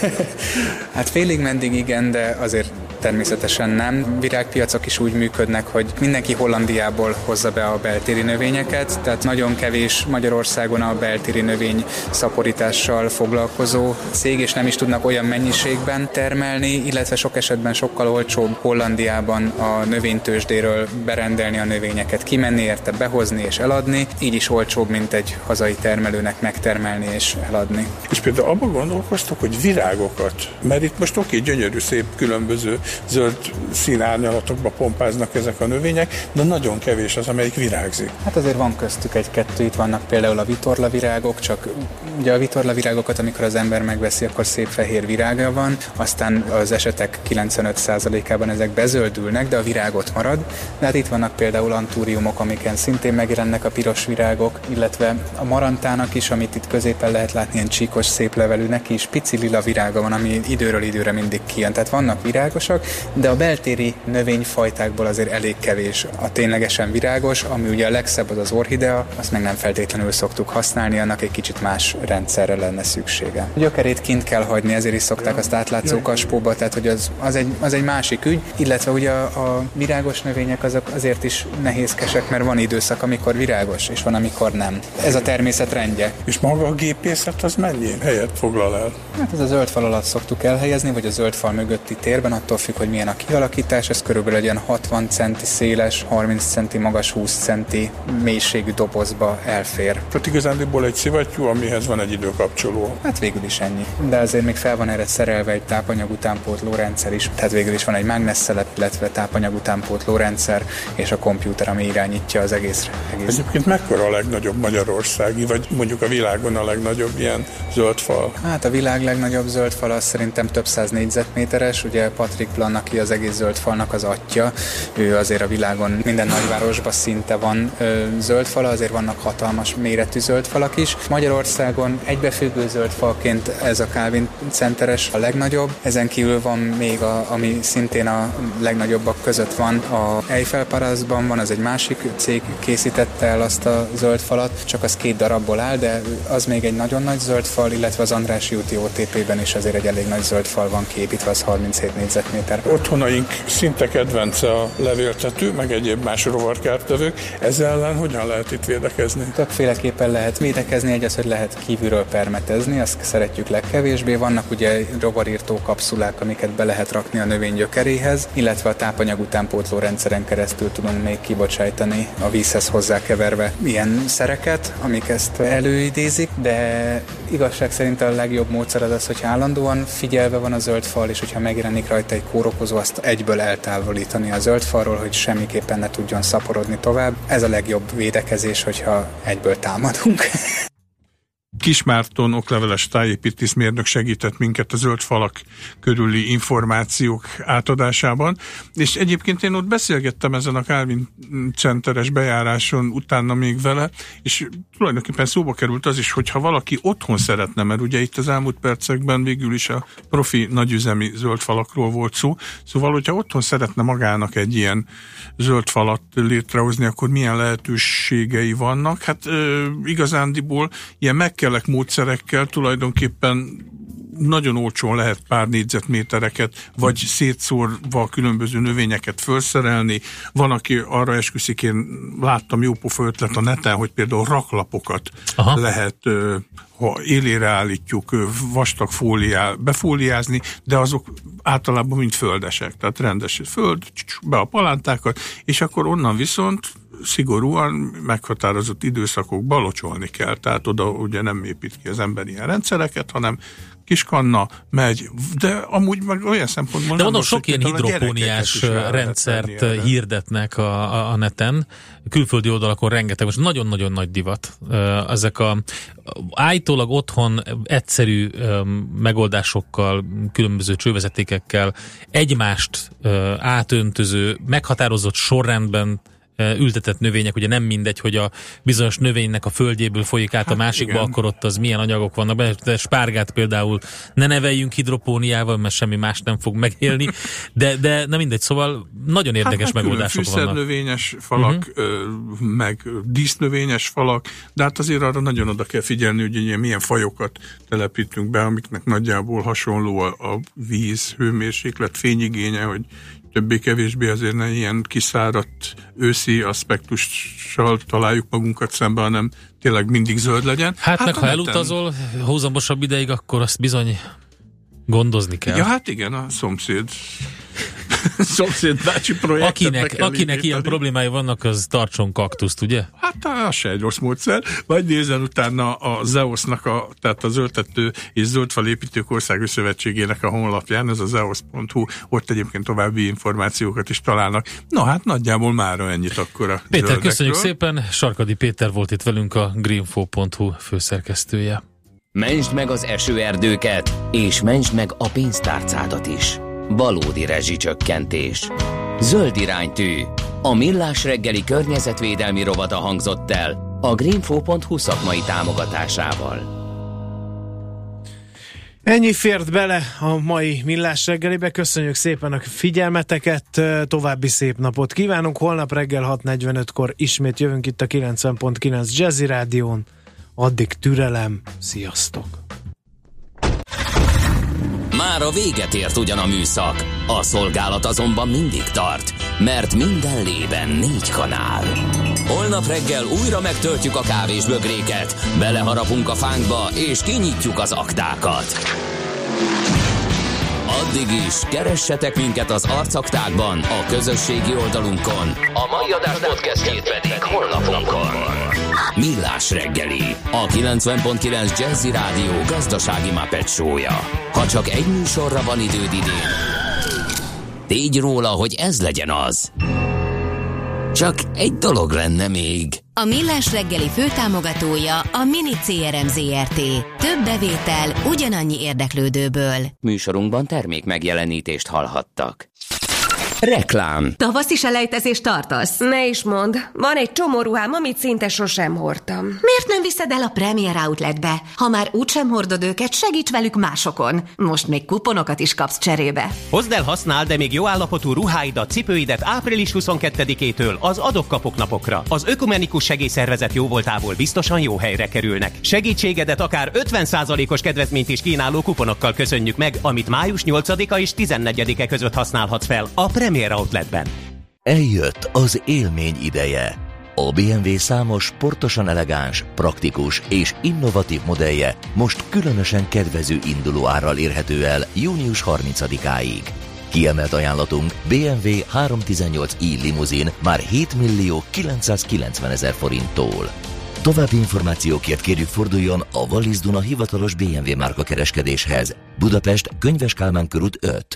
Hát félig meddig igen, de azért természetesen nem. Virágpiacok is úgy működnek, hogy mindenki Hollandiából hozza be a beltéri növényeket, tehát nagyon kevés Magyarországon a beltéri növény szaporítással foglalkozó cég, és nem is tudnak olyan mennyiségben termelni, illetve sok esetben sokkal olcsóbb Hollandiában a növénytőzsdéről berendelni a növényeket, kimenni érte, behozni és eladni, így is olcsóbb, mint egy hazai termelőnek megtermelni és eladni. És például abban gondolkoztok, hogy virágokat, mert itt most oké, gyönyörű, szép, különböző zöld színárnyalatokba pompáznak ezek a növények, de nagyon kevés az, amelyik virágzik. Hát azért van köztük egy-kettő, itt vannak például a vitorlavirágok, csak ugye a vitorlavirágokat, amikor az ember megveszi, akkor szép fehér virága van, aztán az esetek kilencvenöt százalékában ezek bezöldülnek, de a virág ott marad. De hát itt vannak például antúriumok, amiken szintén megjelennek a piros virágok, illetve a marantának is, amit itt középen lehet látni, ilyen csíkos, szép levelű, neki is pici lila virága van, ami időről időre mindig kijön. Tehát vannak virágosak, de a beltéri növényfajtákból azért elég kevés a ténylegesen virágos, ami ugye a legszebb az az orchidea, azt meg nem feltétlenül szoktuk használni, annak egy kicsit más rendszerre lenne szüksége. A gyökerét kint kell hagyni, ezért is szokták azt átlátszó kaspóba, tehát hogy az, az, egy, az egy másik ügy, illetve ugye a, a virágos növények azok azért is nehézkesek, mert van időszak, amikor virágos, és van, amikor nem. Ez a természet rendje. És maga a gépészet az mennyi helyet foglal el? Hát ez a zöld fal alatt szoktuk elhelyezni, vagy a zöld fal mögötti térben, attól függ, hogy milyen a kialakítás, ez körülbelül egy ilyen hatvan centi széles, harminc centi magas, húsz centi mélységű dobozba elfér. Tehát igazándiból egy szivattyú, amihez van egy időkapcsoló. Hát végül is ennyi. De azért még fel van erre szerelve egy tápanyag utánpótló rendszer is. Tehát végül is van egy mágnesszelep, illetve tápanyag utánpótló rendszer, és a kompjúter, ami irányítja az egész. egész. Egyébként mekkora a legnagyobb magyarországi, vagy mondjuk a világon a legnagyobb ilyen zöld fal? Hát a világ legnagyobb zöld fal az szerintem több száz négyzetméteres. Ugye Patrick Plan, aki az egész zöld falnak az atya, ő azért a világon minden nagyvárosban szinte van ö, zöld fala, azért vannak hatalmas méretű zöld falak is. Magyarországon egybefüggő zöld falként ez a Calvin Centeres a legnagyobb. Ezen kívül van még, a, ami szintén a legnagyobbak között van, a Eiffel Paraszban van, az egy másik cég készítette el azt a zöld falat, csak az két darabból áll, de az még egy nagyon nagy zöld fal, illetve az Andrássy úti o té pében is azért egy elég nagy zöld fal van kiépítve, az harminchét négyzetméter. Otthonaink szinte kedvence a levéltető, meg egyéb más rovarkártevők. Ezzel ellen hogyan lehet itt védekezni? Többféleképpen lehet védekezni, egy az, hogy lehet kívülről permetezni, azt szeretjük legkevésbé. Vannak ugye rovarírtó kapszulák, amiket be lehet rakni a növény gyökeréhez, illetve a tápanyag utánpótló rendszeren keresztül tudunk még kibocsájtani a vízhez hozzákeverve ilyen szereket, amik ezt előidézik, de igazság szerint a legjobb módszer az az, hogy állandóan figyelve van a zöld fal, és hogyha megjelenik rajta egy kórokozó, azt egyből eltávolítani a zöld falról, hogy semmiképpen ne tudjon szaporodni tovább. Ez a legjobb védekezés, hogyha egyből támadunk. Kismárton okleveles tájépítészmérnök segített minket a zöld falak körüli információk átadásában, és egyébként én ott beszélgettem ezen a Calvin Centeres bejáráson utána még vele, és tulajdonképpen szóba került az is, hogyha valaki otthon szeretne, mert ugye itt az elmúlt percekben végül is a profi nagyüzemi zöld falakról volt szó, szóval hogyha otthon szeretne magának egy ilyen zöld falat létrehozni, akkor milyen lehetőségei vannak? Hát ö, igazándiból ilyen megkelek módszerekkel tulajdonképpen nagyon olcsón lehet pár négyzetmétereket, vagy szétszórva különböző növényeket felszerelni. Van, aki arra esküszik, én láttam jópofa ötlet a neten, hogy például raklapokat Aha. lehet, ha élére állítjuk, vastag fóliá, befóliázni, de azok általában mind földesek, tehát rendes föld, be a palántákat, és akkor onnan viszont szigorúan meghatározott időszakokban locsolni kell, tehát oda ugye nem épít ki az ember ilyen rendszereket, hanem kiskanna megy, de amúgy meg olyan szempontból de mondom, sok ilyen hidropóniás rendszert hirdetnek a, a, a neten, külföldi oldalakon rengeteg, most nagyon-nagyon nagy divat. Ezek a állítólag otthon egyszerű megoldásokkal, különböző csővezetékekkel egymást átöntöző, meghatározott sorrendben ültetett növények, ugye nem mindegy, hogy a bizonyos növénynek a földjéből folyik át hát a másikba, igen. Akkor ott az milyen anyagok vannak benne, de spárgát például ne neveljünk hidropóniával, mert semmi más nem fog megélni, de, de nem mindegy, szóval nagyon érdekes hát, megoldások vannak. Fűszernövényes falak, uh-huh. meg dísznövényes falak, de hát azért arra nagyon oda kell figyelni, hogy ilyen milyen fajokat telepítünk be, amiknek nagyjából hasonló a, a víz, hőmérséklet, fényigénye, hogy többé-kevésbé azért ne ilyen kiszáradt őszi aspektussal találjuk magunkat szembe, hanem tényleg mindig zöld legyen. Hát, hát meg ha elutazol húzamosabb ideig, akkor azt bizony gondozni kell. Ja, hát igen, a szomszéd szomszéd bácsi projektet Akinek, akinek ilyen problémái vannak, az tartson kaktuszt, ugye? Hát az se egy rossz módszer. Vagy nézzen utána a zeosznak, a, tehát az Zöldtető és Zöldfalépítők Országos Szövetségének a honlapján, ez a zeosz pont hu, ott egyébként további információkat is találnak. Na hát nagyjából mára ennyit akkor a Péter, zöldekről. Köszönjük szépen. Sarkadi Péter volt itt velünk, a greenfo pont hu főszerkesztője. Mentsd meg az esőerdőket, és mentsd meg a pénztárcádat is. Valódi rezsicsökkentés. Zöld iránytű. A Millás reggeli környezetvédelmi rovata hangzott el a greenfo pont hu szakmai támogatásával. Ennyi fért bele a mai Millás reggelibe. Köszönjük szépen a figyelmeteket, további szép napot kívánunk. Holnap reggel hat negyvenötkor ismét jövünk itt a kilencven pont kilenc Jazzy Rádión. Addig türelem, sziasztok! Már a véget ért ugyan a műszak, a szolgálat azonban mindig tart, mert minden lében négy kanál. Holnap reggel újra megtöltjük a kávésbögréket, beleharapunk a fánkba és kinyitjuk az aktákat. Addig is keressetek minket az arcaktákban, a közösségi oldalunkon, a mai adás podcastjét pedig honlapunkon. Millás reggeli, a kilencven pont kilenc Jazzy Rádió gazdasági Muppet show-ja. Ha csak egy műsorra van időd idén, tégy róla, hogy ez legyen az. Csak egy dolog lenne még. A Millás reggeli főtámogatója a Mini cé er em zé er té. Több bevétel ugyanannyi érdeklődőből. Műsorunkban termék megjelenítést hallhattak. Reklám. Tavaszi selejtezést tartasz? Ne is mondd. Van egy csomó ruhám, amit szinte sosem hordtam. Miért nem viszed el a Premier Outletbe? Ha már úgysem hordod őket, segíts velük másokon. Most még kuponokat is kapsz cserébe. Hozd el, használ, de még jó állapotú ruháidat, cipőidet április huszonkettedikétől az adok-kapok napokra. Az Ökumenikus Segélyszervezet jóvoltából biztosan jó helyre kerülnek. Segítségedet akár ötven százalékos kedvezményt is kínáló kuponokkal köszönjük meg, amit május nyolcadika és tizennegyedike között használhatsz fel a Premier Outletben. Eljött az élmény ideje. A bé em vé számos sportosan elegáns, praktikus és innovatív modellje most különösen kedvező induló árral érhető el június harmincadikáig. Kiemelt ajánlatunk bé em vé háromszáztizennyolc i limuzin már hét millió kilencszázkilencvenezer forinttól. További információkért kérjük forduljon a Wallis Duna hivatalos bé em vé márka kereskedéshez. Budapest, Könyves Kálmán körút öt.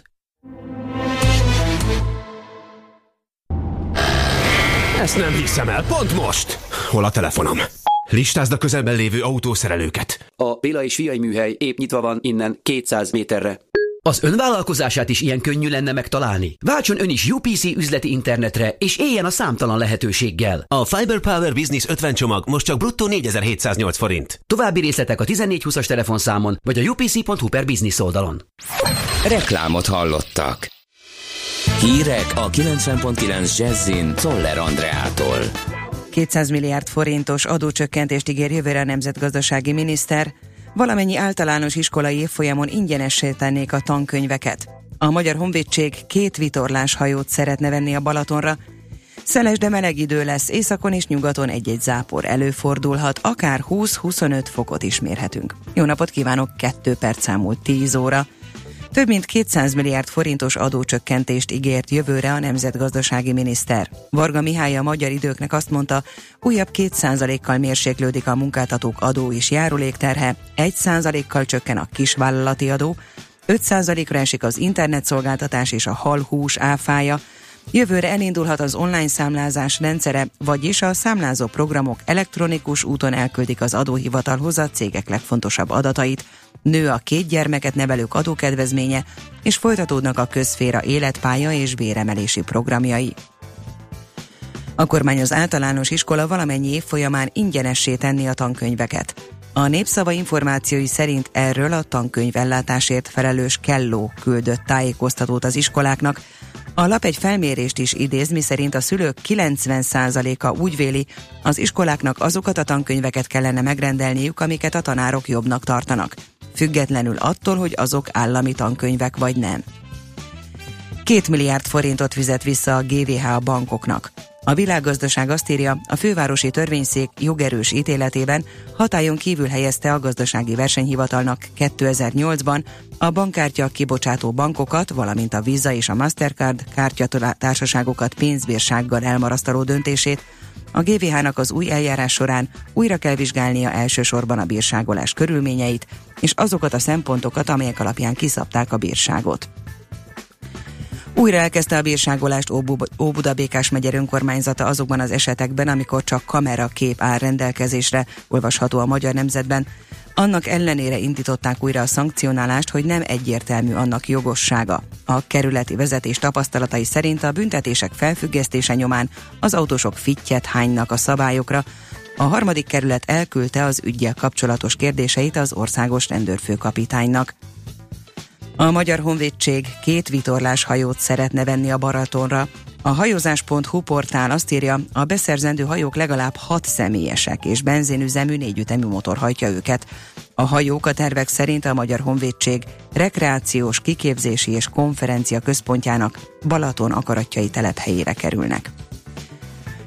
Ezt nem hiszem el, pont most! Hol a telefonom? Listázd a közelben lévő autószerelőket. A Béla és Fiai műhely épp nyitva van innen kétszáz méterre. Az önvállalkozását is ilyen könnyű lenne megtalálni. Váltson ön is u pé cé üzleti internetre, és éljen a számtalan lehetőséggel. A Fiber Power Business ötven csomag most csak bruttó négyezer-hétszáznyolc forint. További részletek a tizennégy húszas telefonszámon, vagy a u pé cé pont hu per business oldalon. Reklámot hallottak. Hírek a kilencven pont kilenc Jazzin Czoller Andreától. kétszáz milliárd forintos adócsökkentést ígér jövőre a nemzetgazdasági miniszter, valamennyi általános iskolai évfolyamon ingyenessé tennék a tankönyveket. A Magyar Honvédség két vitorláshajót szeretne venni a Balatonra. Szeles, de meleg idő lesz, északon és nyugaton egy-egy zápor előfordulhat, akár húsz-huszonöt fokot is mérhetünk. Jó napot kívánok, kettő perc elmúlt tíz óra. Több mint kétszáz milliárd forintos adócsökkentést ígért jövőre a nemzetgazdasági miniszter. Varga Mihály a Magyar Időknek azt mondta, újabb két százalékkal mérséklődik a munkáltatók adó és járulékterhe, egy százalékkal csökken a kisvállalati adó, öt százalékra esik az internetszolgáltatás és a hal-hús áfája, jövőre elindulhat az online számlázás rendszere, vagyis a számlázó programok elektronikus úton elküldik az adóhivatalhoz a cégek legfontosabb adatait, nő a két gyermeket nevelők adókedvezménye, és folytatódnak a közszféra életpálya és béremelési programjai. A kormány az általános iskola valamennyi év folyamán ingyenessé tenni a tankönyveket. A Népszava információi szerint erről a tankönyvellátásért felelős Kelló küldött tájékoztatót az iskoláknak. A lap egy felmérést is idéz, miszerint a szülők kilencven százaléka úgy véli, az iskoláknak azokat a tankönyveket kellene megrendelniük, amiket a tanárok jobbnak tartanak, függetlenül attól, hogy azok állami tankönyvek vagy nem. Két milliárd forintot fizet vissza a gé vé há a bankoknak. A Világgazdaság azt írja, a fővárosi törvényszék jogerős ítéletében hatályon kívül helyezte a gazdasági versenyhivatalnak kétezer-nyolcban a bankkártya kibocsátó bankokat, valamint a Visa és a Mastercard kártyatársaságokat pénzbírsággal elmarasztaló döntését. A gé vé há-nak az új eljárás során újra kell vizsgálnia elsősorban a bírságolás körülményeit, és azokat a szempontokat, amelyek alapján kiszabták a bírságot. Újra elkezdte a bírságolást Óbuda-Békás megye önkormányzata azokban az esetekben, amikor csak kamerakép áll rendelkezésre, olvasható a Magyar Nemzetben. Annak ellenére indították újra a szankcionálást, hogy nem egyértelmű annak jogossága. A kerületi vezetés tapasztalatai szerint a büntetések felfüggesztése nyomán az autósok fittyet hánynak a szabályokra. A harmadik kerület elküldte az üggyel kapcsolatos kérdéseit az országos rendőrfőkapitánynak. A Magyar Honvédség két vitorlás hajót szeretne venni a Balatonra. A hajózás pont hu portál azt írja, a beszerzendő hajók legalább hat személyesek, és benzinüzemű négyütemű motor hajtja őket. A hajók a tervek szerint a Magyar Honvédség rekreációs, kiképzési és konferencia központjának Balaton akaratjai telephelyére kerülnek.